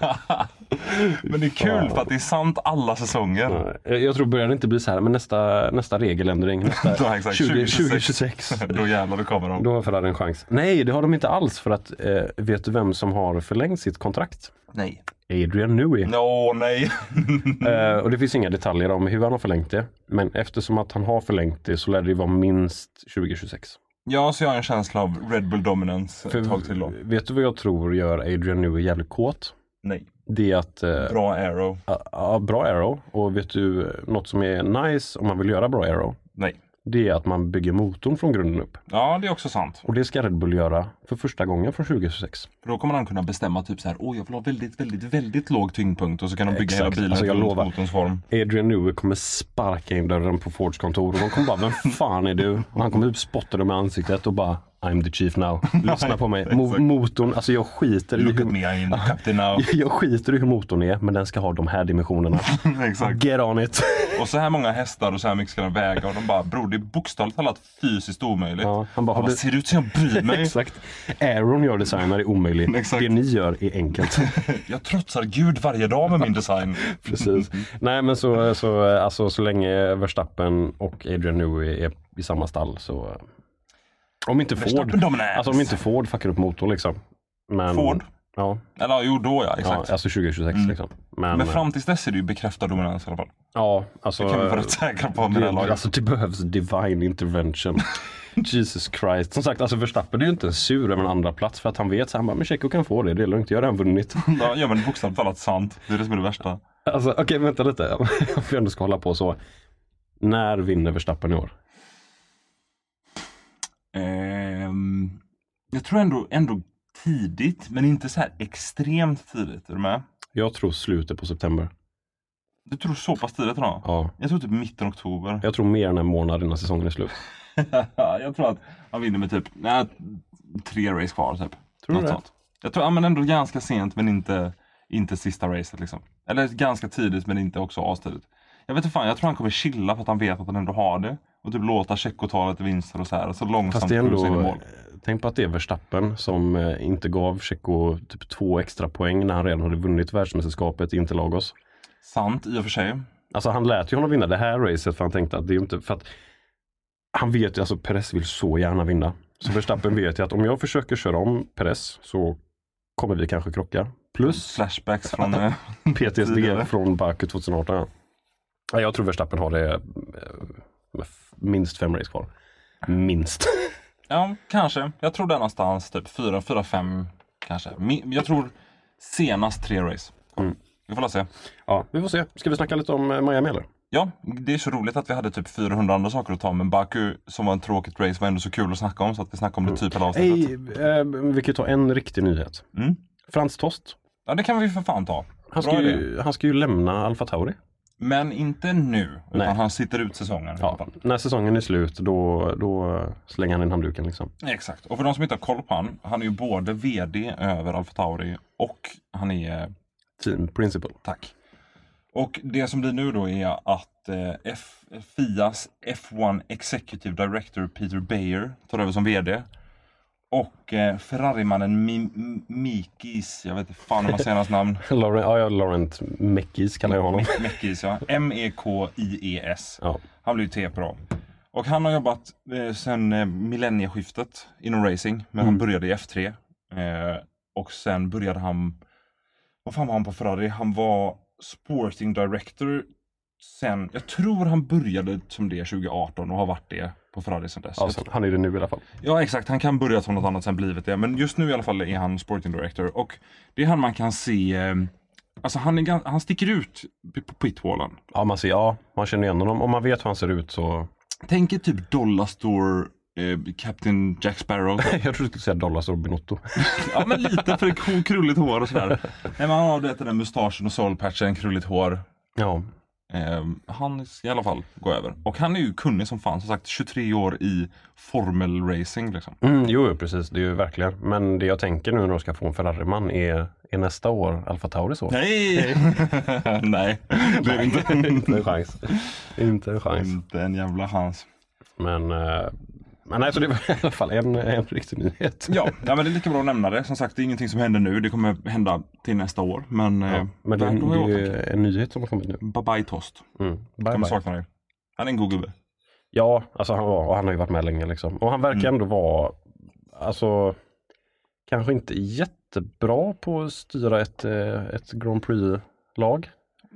Men det är kul för att det är sant alla säsonger. Jag tror börjar det inte bli så här, men nästa regeländring, nästa Ja, exakt. 2026. Då jävlar, då kommer de. Då har Ferrari en chans. Nej, det har de inte alls för att vet du vem som har förlängt sitt kontrakt? Nej. Adrian Newey. Nej. Och det finns inga detaljer om hur han har förlängt det. Men eftersom att han har förlängt det så lär det vara minst 2026. Ja, så jag har en känsla av Red Bull Dominance ett tag till då. Vet du vad jag tror gör Adrian Newey jävligt kåt? Nej. Det är att... Bra aero. Ja, bra aero. Och vet du något som är nice om man vill göra bra aero? Nej. Det är att man bygger motorn från grunden upp. Ja, det är också sant. Och det ska Red Bull göra för första gången från 2026. För då kommer han kunna bestämma typ så här, jag vill ha väldigt låg tyngdpunkt och så kan de bygga Exakt. hela bilen Alltså, jag runt lovar. motorns form. Adrian Newey kommer sparka in dörren på Fords kontor och de kommer bara, vem fan är du? Och han kommer spotta dem i ansiktet och bara, I'm the chief now. Lyssna på mig. Motorn, alltså jag skiter i Look at me, I'm captain now. jag skiter i hur motorn är, men den ska ha de här dimensionerna. Exakt. Get on it. Och så här många hästar och så här mycket ska den väga och de bara, bror det är bokstavligt talat fysiskt omöjligt. Ja, han bara, har du- ser det ut som jag bryr mig? Exakt. Aaron gör designar är omöjligt. Exakt. Det ni gör är enkelt. Jag trotsar Gud varje dag med min design. Precis. Nej men så länge Verstappen och Adrian Newey är i samma stall så om inte Verstappen dominans. Alltså om inte Ford fuckar upp motorn liksom. Men, Ford? Ja, Eller jo, då ja, ja, exakt. alltså 2026 liksom. Men fram tills dess är det ju bekräftad dominans i alla fall. Ja, alltså Det kan vi vara rätt säkra på med det här laget. alltså det behövs divine intervention. Jesus Christ. Som sagt, alltså Verstappen är ju inte sur över en andra plats för att han vet så han bara, men Checo kan få det är lugnt, jag har redan vunnit. Ja men bokstavligt talat sant. Det är det som är det värsta. Alltså okej, vänta lite. Om vi ändå ska hålla på så. När vinner Verstappen i år? Jag tror ändå tidigt, men inte så här extremt tidigt. Är du med? Jag tror slutet på september. Du tror så pass tidigt då? Ja. Jag tror typ mitten oktober. Jag tror mer än en månad innan säsongen är slut. Jag tror att han vinner med typ 3 race kvar typ. Tror du det? Sånt. Jag tror men ändå ganska sent men inte sista racet liksom. Eller ganska tidigt men inte också astidigt. Jag vet inte fan, jag tror han kommer chilla för att han vet att han ändå har det. Och typ låta Checo ta lite vinster och så här. Så långsamt Fast det är cruisa in i ändå, mål. tänk på att det är Verstappen som inte gav Checo typ 2 extra poäng när han redan hade vunnit världsmästerskapet i Interlagos. Sant i och för sig. Alltså han lät ju honom vinna det här racet för han tänkte att det är inte för att han vet ju, alltså Perez vill så gärna vinna. Så Verstappen vet ju att om jag försöker köra om Perez så kommer vi kanske krocka. Plus Flashbacks från PTSD tidigare. från Baku 2018. Ja, jag tror Verstappen har det minst 5 race kvar. Minst. Ja, kanske. Jag tror det är någonstans typ 4-5 kanske. Jag tror senast 3 race. Vi får se. Ja, vi får se. Ska vi snacka lite om Miami eller? Ja, det är så roligt att vi hade typ 400 andra saker att ta. Men Baku, som var en tråkigt race, var ändå så kul att snacka om. Så att vi snackar om det typ hela avsnittet. Vi kan ta en riktig nyhet. Frans Tost. Ja, det kan vi för fan ta. Han ska ju lämna Alfa Tauri. Men inte nu, utan Nej. han sitter ut säsongen. Ja, när säsongen är slut då slänger han in handduken liksom. Exakt. Och för de som inte har koll på han är ju både vd över Alfa Tauri och han är... Team principal. Tack. Och det som blir nu då är att FIAs F1 Executive Director Peter Bayer tar över som vd. Och Ferrari-mannen Mikis, jag vet inte fan om man säger hans namn. Laurent Mekies kallar jag honom. Mekis, ja. Mekies. Ja. Han blev ju TP-bra. Och han har jobbat sedan millennieskiftet inom racing. Men han började i F3. Och sen började han... Vad fan var han på Ferrari? Han var sporting director sen... Jag tror han började som det 2018 och har varit det på Ferrari sen dess. Ja, han är det nu i alla fall. Ja, exakt. Han kan börja som något annat sen blivit det. Men just nu i alla fall är han sporting director. Och det är han man kan se... Alltså han sticker ut på pitwallen. Ja, man känner igen honom. Om man vet hur han ser ut så... Tänk er typ Dollar Store Captain Jack Sparrow. Jag trodde du skulle säga Dollar Store Binotto. Ja, men lite för det krulligt hår och sådär. Nej, men han har det, den mustaschen och soulpatchen, krulligt hår. Ja. Han ska i alla fall gå över. Och han är ju kunnig som fan, som sagt 23 år i Formel Racing liksom. Jo, precis, det är ju verkligen. Men det jag tänker nu när de ska få en Ferrari-man är nästa år Alfa Tauri så? Nej! Nej, det är inte. Inte en chans. Inte en chans. Inte en jävla chans. Men nej, så det var i alla fall en riktig nyhet. Ja, men det är lika bra att nämna det. Som sagt, det är ingenting som händer nu. Det kommer hända till nästa år. Men det är ju en nyhet som har kommit nu. Bye Tost. Bye. Sakna det. Han är en god gubbe. Ja, alltså han har ju varit med länge liksom. Och han verkar ändå vara, alltså, kanske inte jättebra på att styra ett Grand Prix-lag.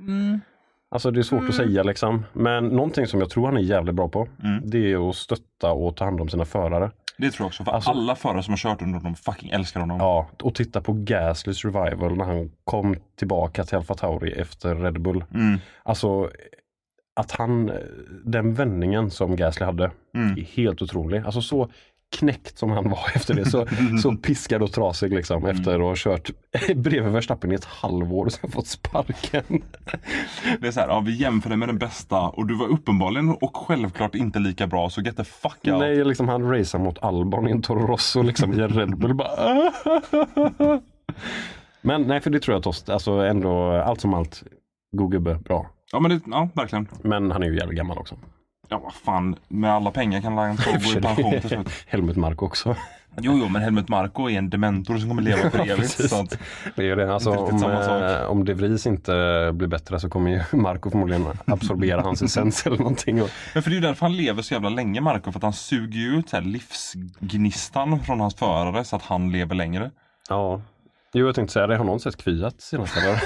Alltså det är svårt att säga liksom. Men någonting som jag tror han är jävligt bra på, det är att stötta och ta hand om sina förare. Det tror jag också. För alltså, alla förare som har kört under dem fucking älskar honom. Ja, och titta på Gaslys revival när han kom tillbaka till Alfa Tauri efter Red Bull. Alltså att den vändningen som Gasly hade är helt otrolig. Alltså så knäckt som han var efter det, så piskad och trasig liksom, efter att ha kört bredvid Verstappen i ett halvår och sen fått sparken. Det är så här, vi jämför med den bästa och du var uppenbarligen och självklart inte lika bra, så get the fuck out. Nej, liksom han racear mot Albon i en Toro Rosso liksom i en Red Bull bara. Men nej, för det tror jag Tost, alltså ändå allt som allt, god gubbe, bra. Ja, verkligen. Men han är ju jävligt gammal också. Ja, vad fan. Med alla pengar kan han gå i pension till slut. Helmut Marko också. Jo, men Helmut Marko är en dementor som kommer leva för evigt. Så att det är det. Alltså, om De Vries inte blir bättre så kommer ju Marko förmodligen absorbera hans essens eller någonting. Men för det är ju därför han lever så jävla länge, Marko. För att han suger ju ut så här livsgnistan från hans förare så att han lever längre. Ja. Jo, jag tänkte säga det. Har någon sett Kvyat senast eller?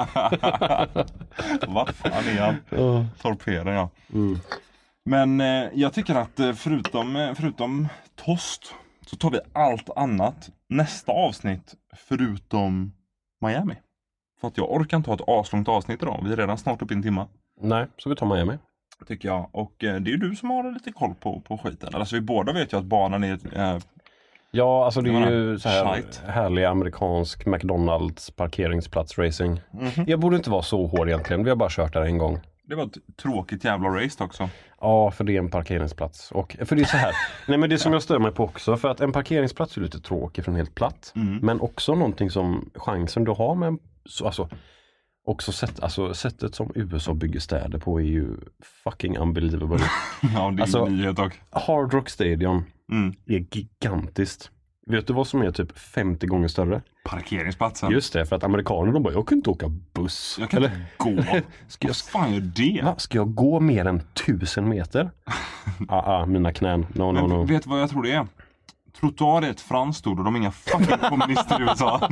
Vad fan är han? Torpeden, ja. Men jag tycker att förutom Tost så tar vi allt annat nästa avsnitt förutom Miami. För att jag orkar inte ha ett aslångt avsnitt idag. Vi är redan snart upp i en timme. Nej, så vi tar Miami. Tycker jag. Och det är ju du som har lite koll på skiten. Alltså vi båda vet ju att banan är... Ja, alltså det är ju så här härlig amerikansk McDonalds parkeringsplats racing. Jag borde inte vara så hård egentligen. Vi har bara kört där en gång. Det var ett tråkigt jävla race också. Ja, för det är en parkeringsplats. Och för det är så här. Nej, men det som jag stör mig på också, för att en parkeringsplats är lite tråkig för en helt platt. Men också någonting som chansen du har med alltså också sättet som USA bygger städer på är ju fucking unbelievable. Ja, det är alltså, en nyhet dock. Hard Rock Stadium är gigantiskt. Vet du vad som är typ 50 gånger större? Parkeringsplatsen. Just det, för att amerikanerna de bara, jag kan inte åka buss. Jag kan inte gå. Vad fan gör det? Va? Ska jag gå mer än 1000 meter? Mina knän. No. Vet du vad jag tror det är? Trottoar är ett franskt ord och de är inga fucking kommunister i USA.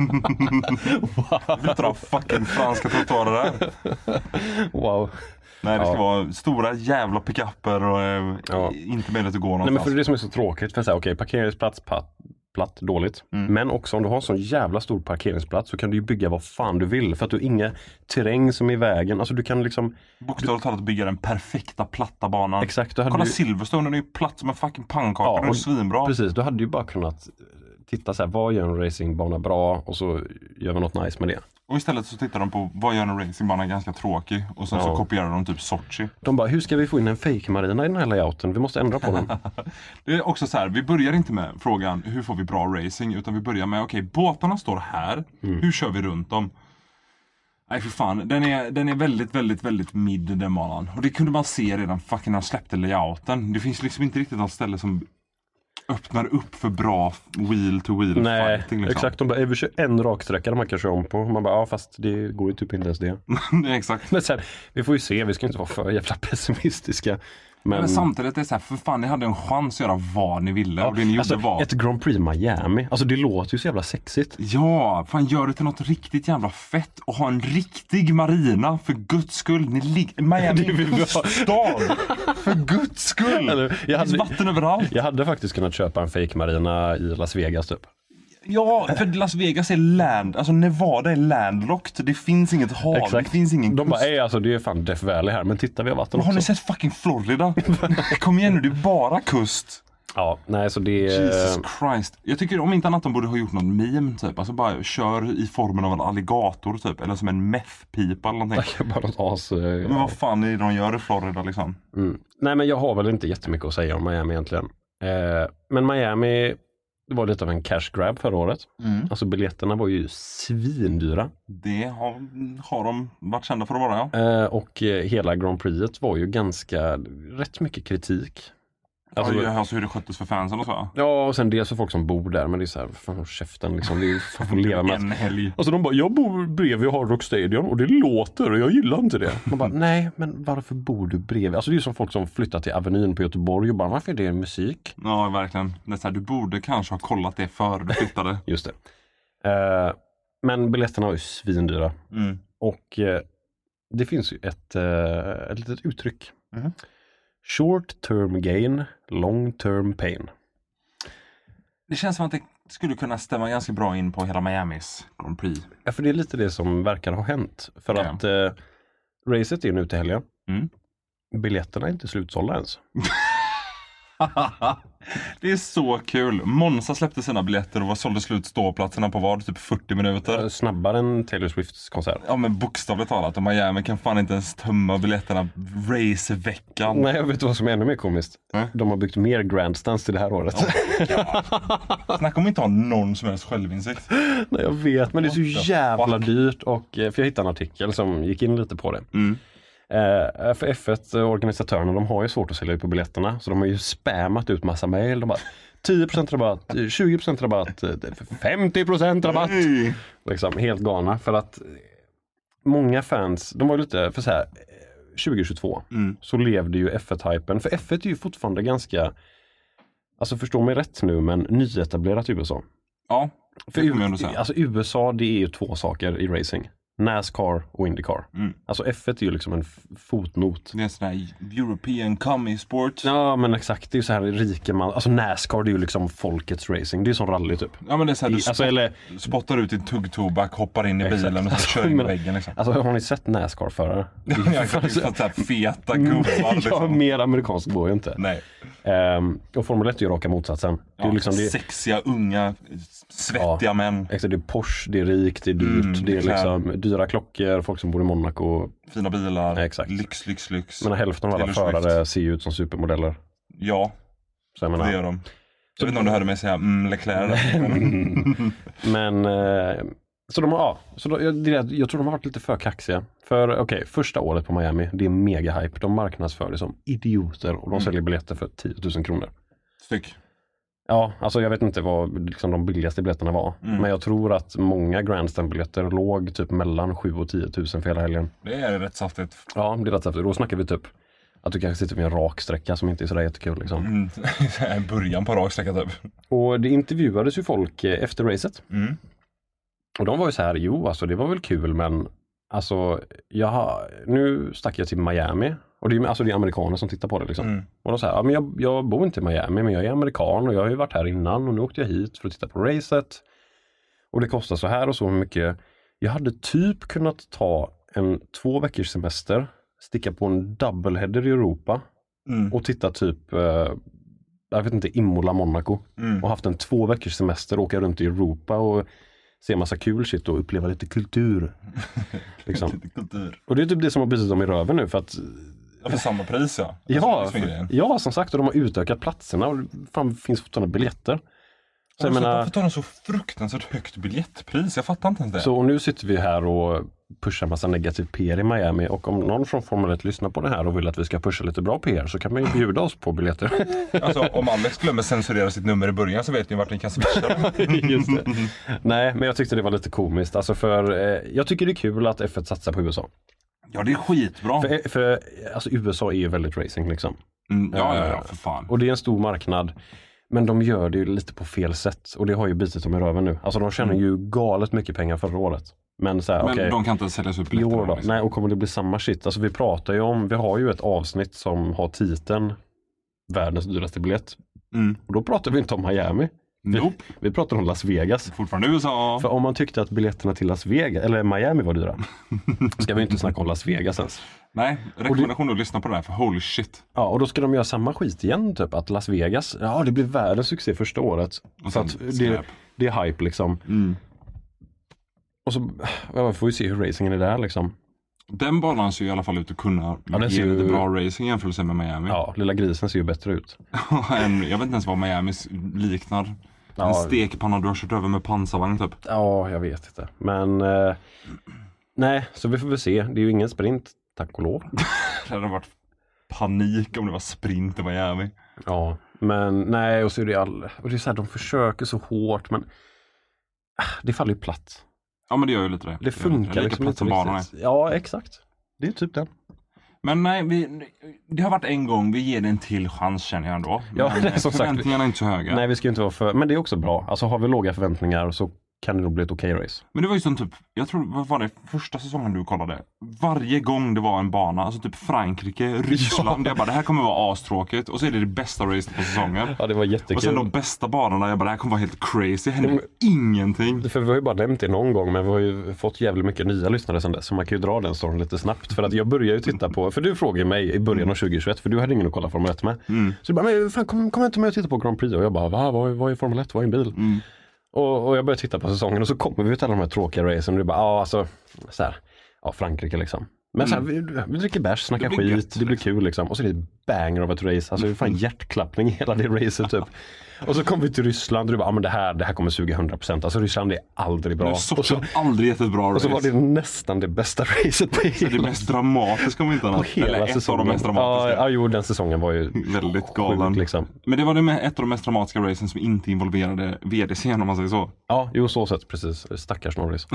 Vi drar fucking franska trottoarer där. Wow. Nej, det ska vara stora jävla pick-upper och inte möjligt att gå någonstans. Nej, men för det är det som är så tråkigt. För att säga, okej, parkeringsplats platt, dåligt. Men också om du har en sån jävla stor parkeringsplats så kan du ju bygga vad fan du vill. För att du har inga terräng som är i vägen. Alltså du kan liksom... Bokstavligt talat bygga den perfekta platta banan. Exakt. Kolla Silverstone, den är ju platt som en fucking pannkaka. Ja, den är svinbra. Precis, du hade ju bara kunnat titta så här, vad gör en racingbana bra? Och så gör vi något nice med det. Och istället så tittar de på vad gör en racingbana ganska tråkig. Och sen så kopierar de typ Sochi. De bara, hur ska vi få in en fake-marina i den här layouten? Vi måste ändra på den. Det är också så här, vi börjar inte med frågan hur får vi bra racing. Utan vi börjar med, okej, båtarna står här. Hur kör vi runt dem? Nej för fan, den är väldigt, väldigt, väldigt mid den banan. Och det kunde man se redan fucking när de släppte layouten. Det finns liksom inte riktigt något ställe som öppnar upp för bra wheel-to-wheel Nej, fighting liksom. exakt. De bara, vi kör en raksträcka där man kan köra om på. Man bara, ja fast det går ju typ inte ens det. Nej, exakt. Men sen, vi får ju se, vi ska inte vara för jävla pessimistiska. Men samtidigt är det så här, för fan, ni hade en chans att göra vad ni ville och det ni gjorde var... Ett Grand Prix Miami, alltså det låter ju så jävla sexigt. Ja, fan gör det till något riktigt jävla fett och ha en riktig marina för guds skull. Ni ligger Miami kuststad. För guds skull. Det finns vatten överallt. Jag hade faktiskt kunnat köpa en fake marina i Las Vegas typ. Ja, för Las Vegas är alltså Nevada är landlocked. Det finns inget hav, Exakt. det finns ingen De kust. bara, alltså det är fan Death Valley här, men titta vi har vatten också. Har ni sett fucking Florida? Kom igen nu, det är bara kust. Ja, nej så det... Jesus Christ. Jag tycker om inte annat de borde ha gjort någon meme typ. Alltså bara kör i formen av en alligator typ. Eller som en meth-pipa eller någonting. bara något as... Men vad fan är det de gör i Florida liksom? Nej men jag har väl inte jättemycket att säga om Miami egentligen. Men Miami... Det var lite av en cash grab förra året. Alltså biljetterna var ju svindyra. Det har de varit kända för att vara, ja. Och hela Grand Prixet var ju rätt mycket kritik. Alltså hur det sköttes för fansen och så. Ja, och sen dels för folk som bor där. Men det är så här, fan käften liksom. Det är fan får leva med. En helg. Alltså de bara, jag bor bredvid Hard Rock Stadium och det låter och jag gillar inte det. Man bara, nej men varför bor du bredvid? Alltså det är ju som folk som flyttar till Avenyn på Göteborg och bara, varför är det musik? Ja, verkligen. Det är så här, du borde kanske ha kollat det före du flyttade. Just det. Men biljetterna var ju svindyra. Och det finns ju ett litet uttryck. Short term gain, long term pain. Det känns som att det skulle kunna stämma ganska bra in på hela Miamis Grand Prix. Ja, för det är lite det som verkar ha hänt. För att racet är nu till helgen. Biljetterna är inte slutsålda ens. Det är så kul. Monza släppte sina biljetter och sålde slut ståplatserna på vad? Typ 40 minuter. Snabbare än Taylor Swifts konsert. Ja, men bokstavligt talat. Och Miami kan fan inte ens tömma biljetterna raceveckan. Nej, jag vet vad som är ännu mer komiskt. De har byggt mer grandstands till det här året. Snacka om inte ha någon som helst självinsikt. Nej, jag vet. Men det är så jävla dyrt. Och, för jag hittade en artikel som gick in lite på det. För F1, organisatörerna, de har ju svårt att sälja ut på biljetterna. Så de har ju spammat ut massa mejl. De bara 10% rabatt, 20% rabatt, 50% rabatt. Liksom helt galna. För att många fans, de var lite för så här 2022 så levde ju F1-hypen. För F1 är ju fortfarande ganska, alltså förstå mig rätt nu, men nyetablerat i USA. Ja, för alltså USA, det är ju två saker i racing. NASCAR och IndyCar. Alltså F1 är ju liksom en fotnot. Det är en sån här European commie sport. Ja, men exakt. Det är ju så här rike man. Alltså NASCAR, det är ju liksom folkets racing. Det är ju som rally typ. Ja, men det är så här, du spottar ut din tuggtobak, hoppar in i bilen och så kör in i väggen liksom. Alltså har ni sett NASCAR-förare? Det är faktiskt så här feta gubbar liksom. Ja, mer amerikanskt går ju inte. Nej. Och Formel 1 är ju raka motsatsen. Det är liksom sexiga, unga, svettiga män. Exakt, det är Porsche, det är rikt, det är dyrt. Det är liksom dyra klockor, folk som bor i Monaco. Fina bilar, exakt. Lyx. Men hälften av alla förare ser ju ut som supermodeller. Ja, så jag menar, det gör de. Jag vet inte om du hörde mig säga Leclerc. Men så de har, jag tror de har varit lite för kaxiga. För första året på Miami, det är mega hype. De marknadsför det som idioter och de säljer biljetter för 10 000 kronor. Styck. Ja, alltså jag vet inte vad liksom de billigaste biljetterna var. Men jag tror att många grandstand-biljetter låg typ mellan 7 och 10 000 för hela helgen. Det är rätt saftigt. Ja, det är rätt saftigt. Då snackar vi typ att du kanske sitter vid en raksträcka som inte är sådär jättekul liksom. Början på raksträcka typ. Och det intervjuades ju folk efter racet. Och de var ju så här, jo alltså det var väl kul, men alltså nu stack jag till Miami. Och det är amerikaner som tittar på det liksom. Och de säger, ja men jag bor inte i Miami, men jag är amerikan och jag har ju varit här innan och nu åkte jag hit för att titta på racet. Och det kostar så här och så mycket. Jag hade typ kunnat ta en 2 veckors semester, sticka på en doubleheader i Europa och titta typ, jag vet inte, Imola, Monaco. Och haft en 2 veckors semester, åka runt i Europa och se massa kul shit och uppleva lite kultur. Liksom. Lite kultur. Och det är typ det som har bitit dem i röven nu för att för samma pris, ja, som sagt, och de har utökat platserna och det finns fortfarande biljetter. Så jag menar, varför tar de så fruktansvärt högt biljettpris? Jag fattar inte ens det. så nu sitter vi här och pushar massa negativ PR i Miami, och om någon från Formel 1 lyssnar på det här och vill att vi ska pusha lite bra PR, så kan man ju bjuda oss på biljetter. Alltså om Alex glömmer censurera sitt nummer i början så vet ni vart ni kan swisha. Just det. Nej, men jag tyckte det var lite komiskt. Alltså jag tycker det är kul att F1 satsar på USA. Ja, det är skitbra. För alltså, USA är ju väldigt racing liksom. Ja, för fan. Och det är en stor marknad. Men de gör det ju lite på fel sätt. Och det har ju bitit dem i röven nu. Alltså de tjänar ju galet mycket pengar förra året. Men de kan inte säljas upp i år då. Liksom. Nej, och kommer det bli samma shit? Alltså vi har ju ett avsnitt som har titeln Världens dyraste biljett. Och då pratar vi inte om Miami. Vi pratar om Las Vegas. Fortfarande USA. För om man tyckte att biljetterna till Las Vegas eller Miami var dyra, ska vi inte snacka om Las Vegas ens. Nej, rekommendation att lyssna på det här, för holy shit. Ja, och då ska de göra samma skit igen typ, att Las Vegas, det blir världens succé första året. Och så att det är hype liksom. Och så får vi se hur racingen är där liksom. Den banan ser ju i alla fall ut att kunna ge lite bra racing jämfört med Miami. Ja, lilla grisen ser ju bättre ut. Jag vet inte ens vad Miami liknar. En stekpanna du har kört över med pansarvagn typ. Ja, jag vet inte. Men nej, så vi får väl se. Det är ju ingen sprint, tack och lov. Det hade varit panik om det var sprint i Miami. Ja, men nej, och så är det och det är så här, de försöker så hårt, men det faller ju platt. Ja, men det gör ju lite det. Det funkar liksom inte riktigt. Ja, exakt. Det är typ det. Men nej, det har varit en gång, vi ger det en till chans känner jag ändå. Ja, men det är som förväntningarna är inte så höga. Nej, vi ska inte vara för, men det är också bra. Alltså har vi låga förväntningar så kan det nog bli ett okej race. Men det var ju sånt typ, jag tror, vad var det första säsongen du kollade? Varje gång det var en bana, alltså typ Frankrike, Ryssland, jag bara, det här kommer vara astråkigt. Och så är det bästa racet på säsongen. Ja, det var jättekul. Och sen de bästa banorna, jag bara, det här kommer vara helt crazy, det händer ingenting. För vi har ju bara nämnt det någon gång, men vi har ju fått jävligt mycket nya lyssnare sen dess. Så man kan ju dra den storyn lite snabbt. För att jag började ju titta på, för du frågade mig i början av 2021, för du hade ingen att kolla Formel 1 med. Så du bara, men fan, kom inte med och titta på Grand Prix. Och jag bara, vad är Formel 1? Vad är en bil? Och jag började titta på säsongen och så kommer vi till alla de här tråkiga racen och det bara, alltså, så här, Frankrike liksom. Men så här, vi dricker bärs, snackar skit, det blir kul liksom. Och så är det banger av ett race, alltså det är fan hjärtklappning i hela det racet typ. Och så kom vi till Ryssland och det bara, men det här kommer suga 100%. Alltså Ryssland är aldrig bra. Och så aldrig ett bra race. Och så var det nästan det bästa racet på hela. Det mest dramatiska om inte annat. Hela säsongen. Av de mest dramatiska. Ja, den säsongen var ju väldigt galen. Liksom. Men det var ett av de mest dramatiska racen som inte involverade VDC om man säger så. Ja, så sett precis. Stackars Norris.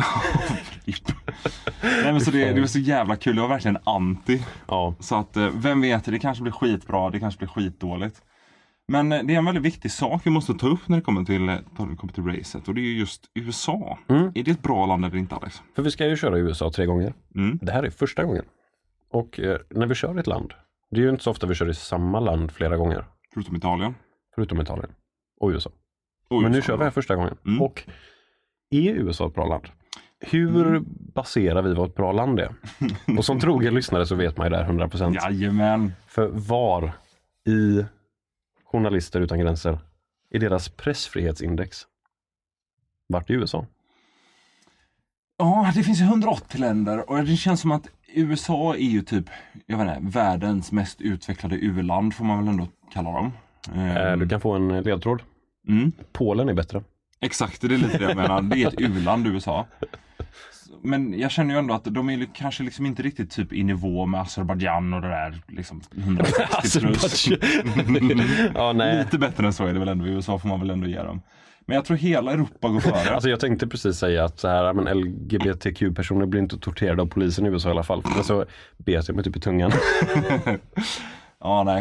Nej, men så det var så jävla kul. Det var verkligen anti. Ja. Så att vem vet, det kanske blir skitbra, det kanske blir skitdåligt. Men det är en väldigt viktig sak vi måste ta upp när det kommer till racet. Och det är ju just USA. Är det ett bra land eller inte, Alex? För vi ska ju köra i USA 3 gånger. Det här är första gången. Och när vi kör i ett land, det är ju inte så ofta vi kör i samma land flera gånger. Förutom Italien. Och USA. Men nu kör vi här första gången. Och är USA ett bra land? Hur baserar vi vad ett bra land är? Och som trogen lyssnare så vet man ju det 100%. Jajamän. För var i Journalister utan gränser i deras pressfrihetsindex vart i USA? Ja, det finns ju 180 länder och det känns som att USA är ju typ, jag vet inte, världens mest utvecklade u-land får man väl ändå kalla dem. Du kan få en ledtråd. Polen är bättre. Exakt, det är lite det jag menar. Det är ett u-land, USA. Men jag känner ju ändå att de är kanske liksom inte riktigt typ i nivå med Azerbaijan och det där liksom 160 plus. Ja, nej. Lite bättre än så är det väl ändå. I USA får man väl ändå ge dem. Men jag tror hela Europa går före. Alltså jag tänkte precis säga att så här, men LGBTQ-personer blir inte torterade av polisen i USA i alla fall. För så bet jag mig typ i tungan. Ja, nej.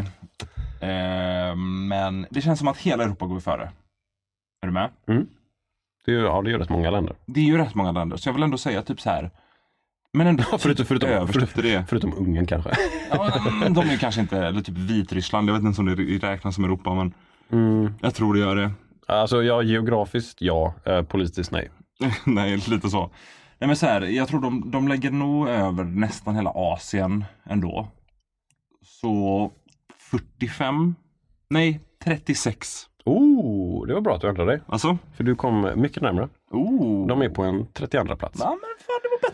Men det känns som att hela Europa går före. Är du med? Det är ju rätt många länder. Det är ju rätt många länder. Så jag vill ändå säga typ så här. Men ändå förutom Ungern kanske. Ja, de är kanske inte, eller typ Vitryssland. Jag vet inte om det räknas som Europa, men jag tror det gör det. Alltså ja, geografiskt ja, politiskt nej. Nej, lite så. Nej, men så här, jag tror de lägger nog över nästan hela Asien ändå. Så 36. Det var bra att du ändrade dig. Alltså? För du kom mycket närmare. De är på en 32:a plats. Ja, men fan, det var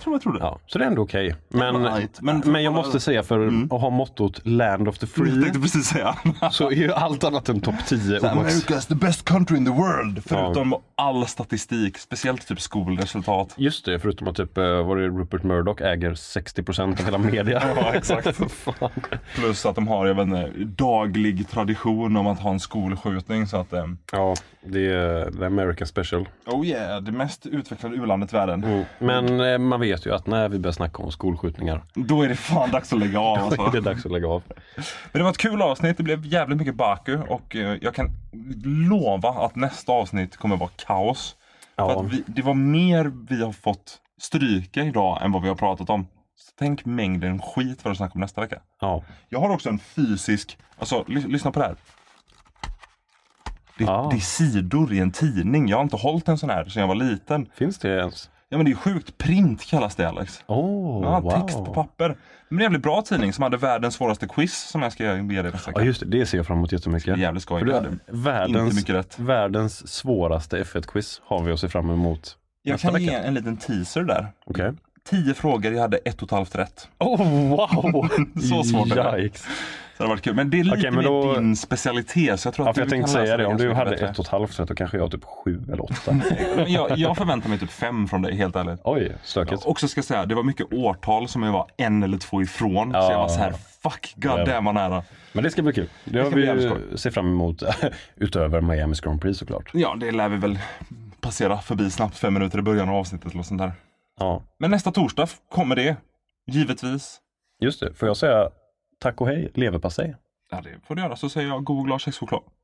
tror jag trodde. Ja, så det är ändå okej. Right. Men jag måste säga, för att ha mottot Land of the Jag Free, tänkte precis säga. så är ju allt annat än topp 10. America's the best country in the world. Förutom all statistik, speciellt typ skolresultat. Just det, förutom att typ var det Rupert Murdoch äger 60% av hela media. Ja, exakt. Plus att de har, jag vet inte, daglig tradition om att ha en skolskjutning. Så att, Ja, det är the American special. oh yeah, det mest utvecklade u-landet i världen. Men man vet ju att när vi börjar snacka om skolskjutningar, Då är det fan dags att lägga av. då Alltså. är det dags att lägga av. Men det var ett kul avsnitt, det blev jävligt mycket Baku. Och jag kan lova att nästa avsnitt kommer vara kaos. Ja. För att det var mer vi har fått stryka idag än vad vi har pratat om. Så tänk mängden skit för att snacka om nästa vecka. Ja. Jag har också en fysisk, alltså lyssna på det här. Det är sidor i en tidning. Jag har inte hållit en sån här sedan jag var liten. Finns det ens? Ja, men det är sjukt. Print kallas det, Alex. Ja, Text på papper. Men det är en jävligt bra tidning som hade världens svåraste quiz som jag ska ge dig nästa vecka. Ja, just det ser jag fram emot jättemycket. Det är jävligt skoj. För det är Inte mycket rätt. världens svåraste F1-quiz har vi att se fram emot Jag nästa kan ge vecka. en liten teaser där. Okej. 10 frågor, jag hade 1,5 rätt. Wow! Så svårt är det. Yikes. Så det har varit kul. Men det är lite Okej, men då- mer din specialitet. Så jag tror Ja, att för jag du tänkte kan säga läsa det, om ganska du mycket hade bättre. 1,5 rätt, då kanske jag har typ 7 eller 8. Men jag förväntar mig typ 5 från dig, helt ärligt. Oj, stökigt. Och så ska jag säga, det var mycket årtal som jag var 1 eller 2 ifrån. Så jag var så här, fuck, god damn vad nära. Men det ska bli kul. Det har ska bli vi jävligt ju se fram emot utöver Miamis Grand Prix såklart. Ja, det lär vi väl passera förbi snabbt 5 minuter i början av avsnittet eller sånt där. Ja, Men nästa torsdag kommer det, givetvis. just det. Får jag säga tack och hej, leverpastej? Ja, det får du göra. Så säger jag god och glad kexchoklad.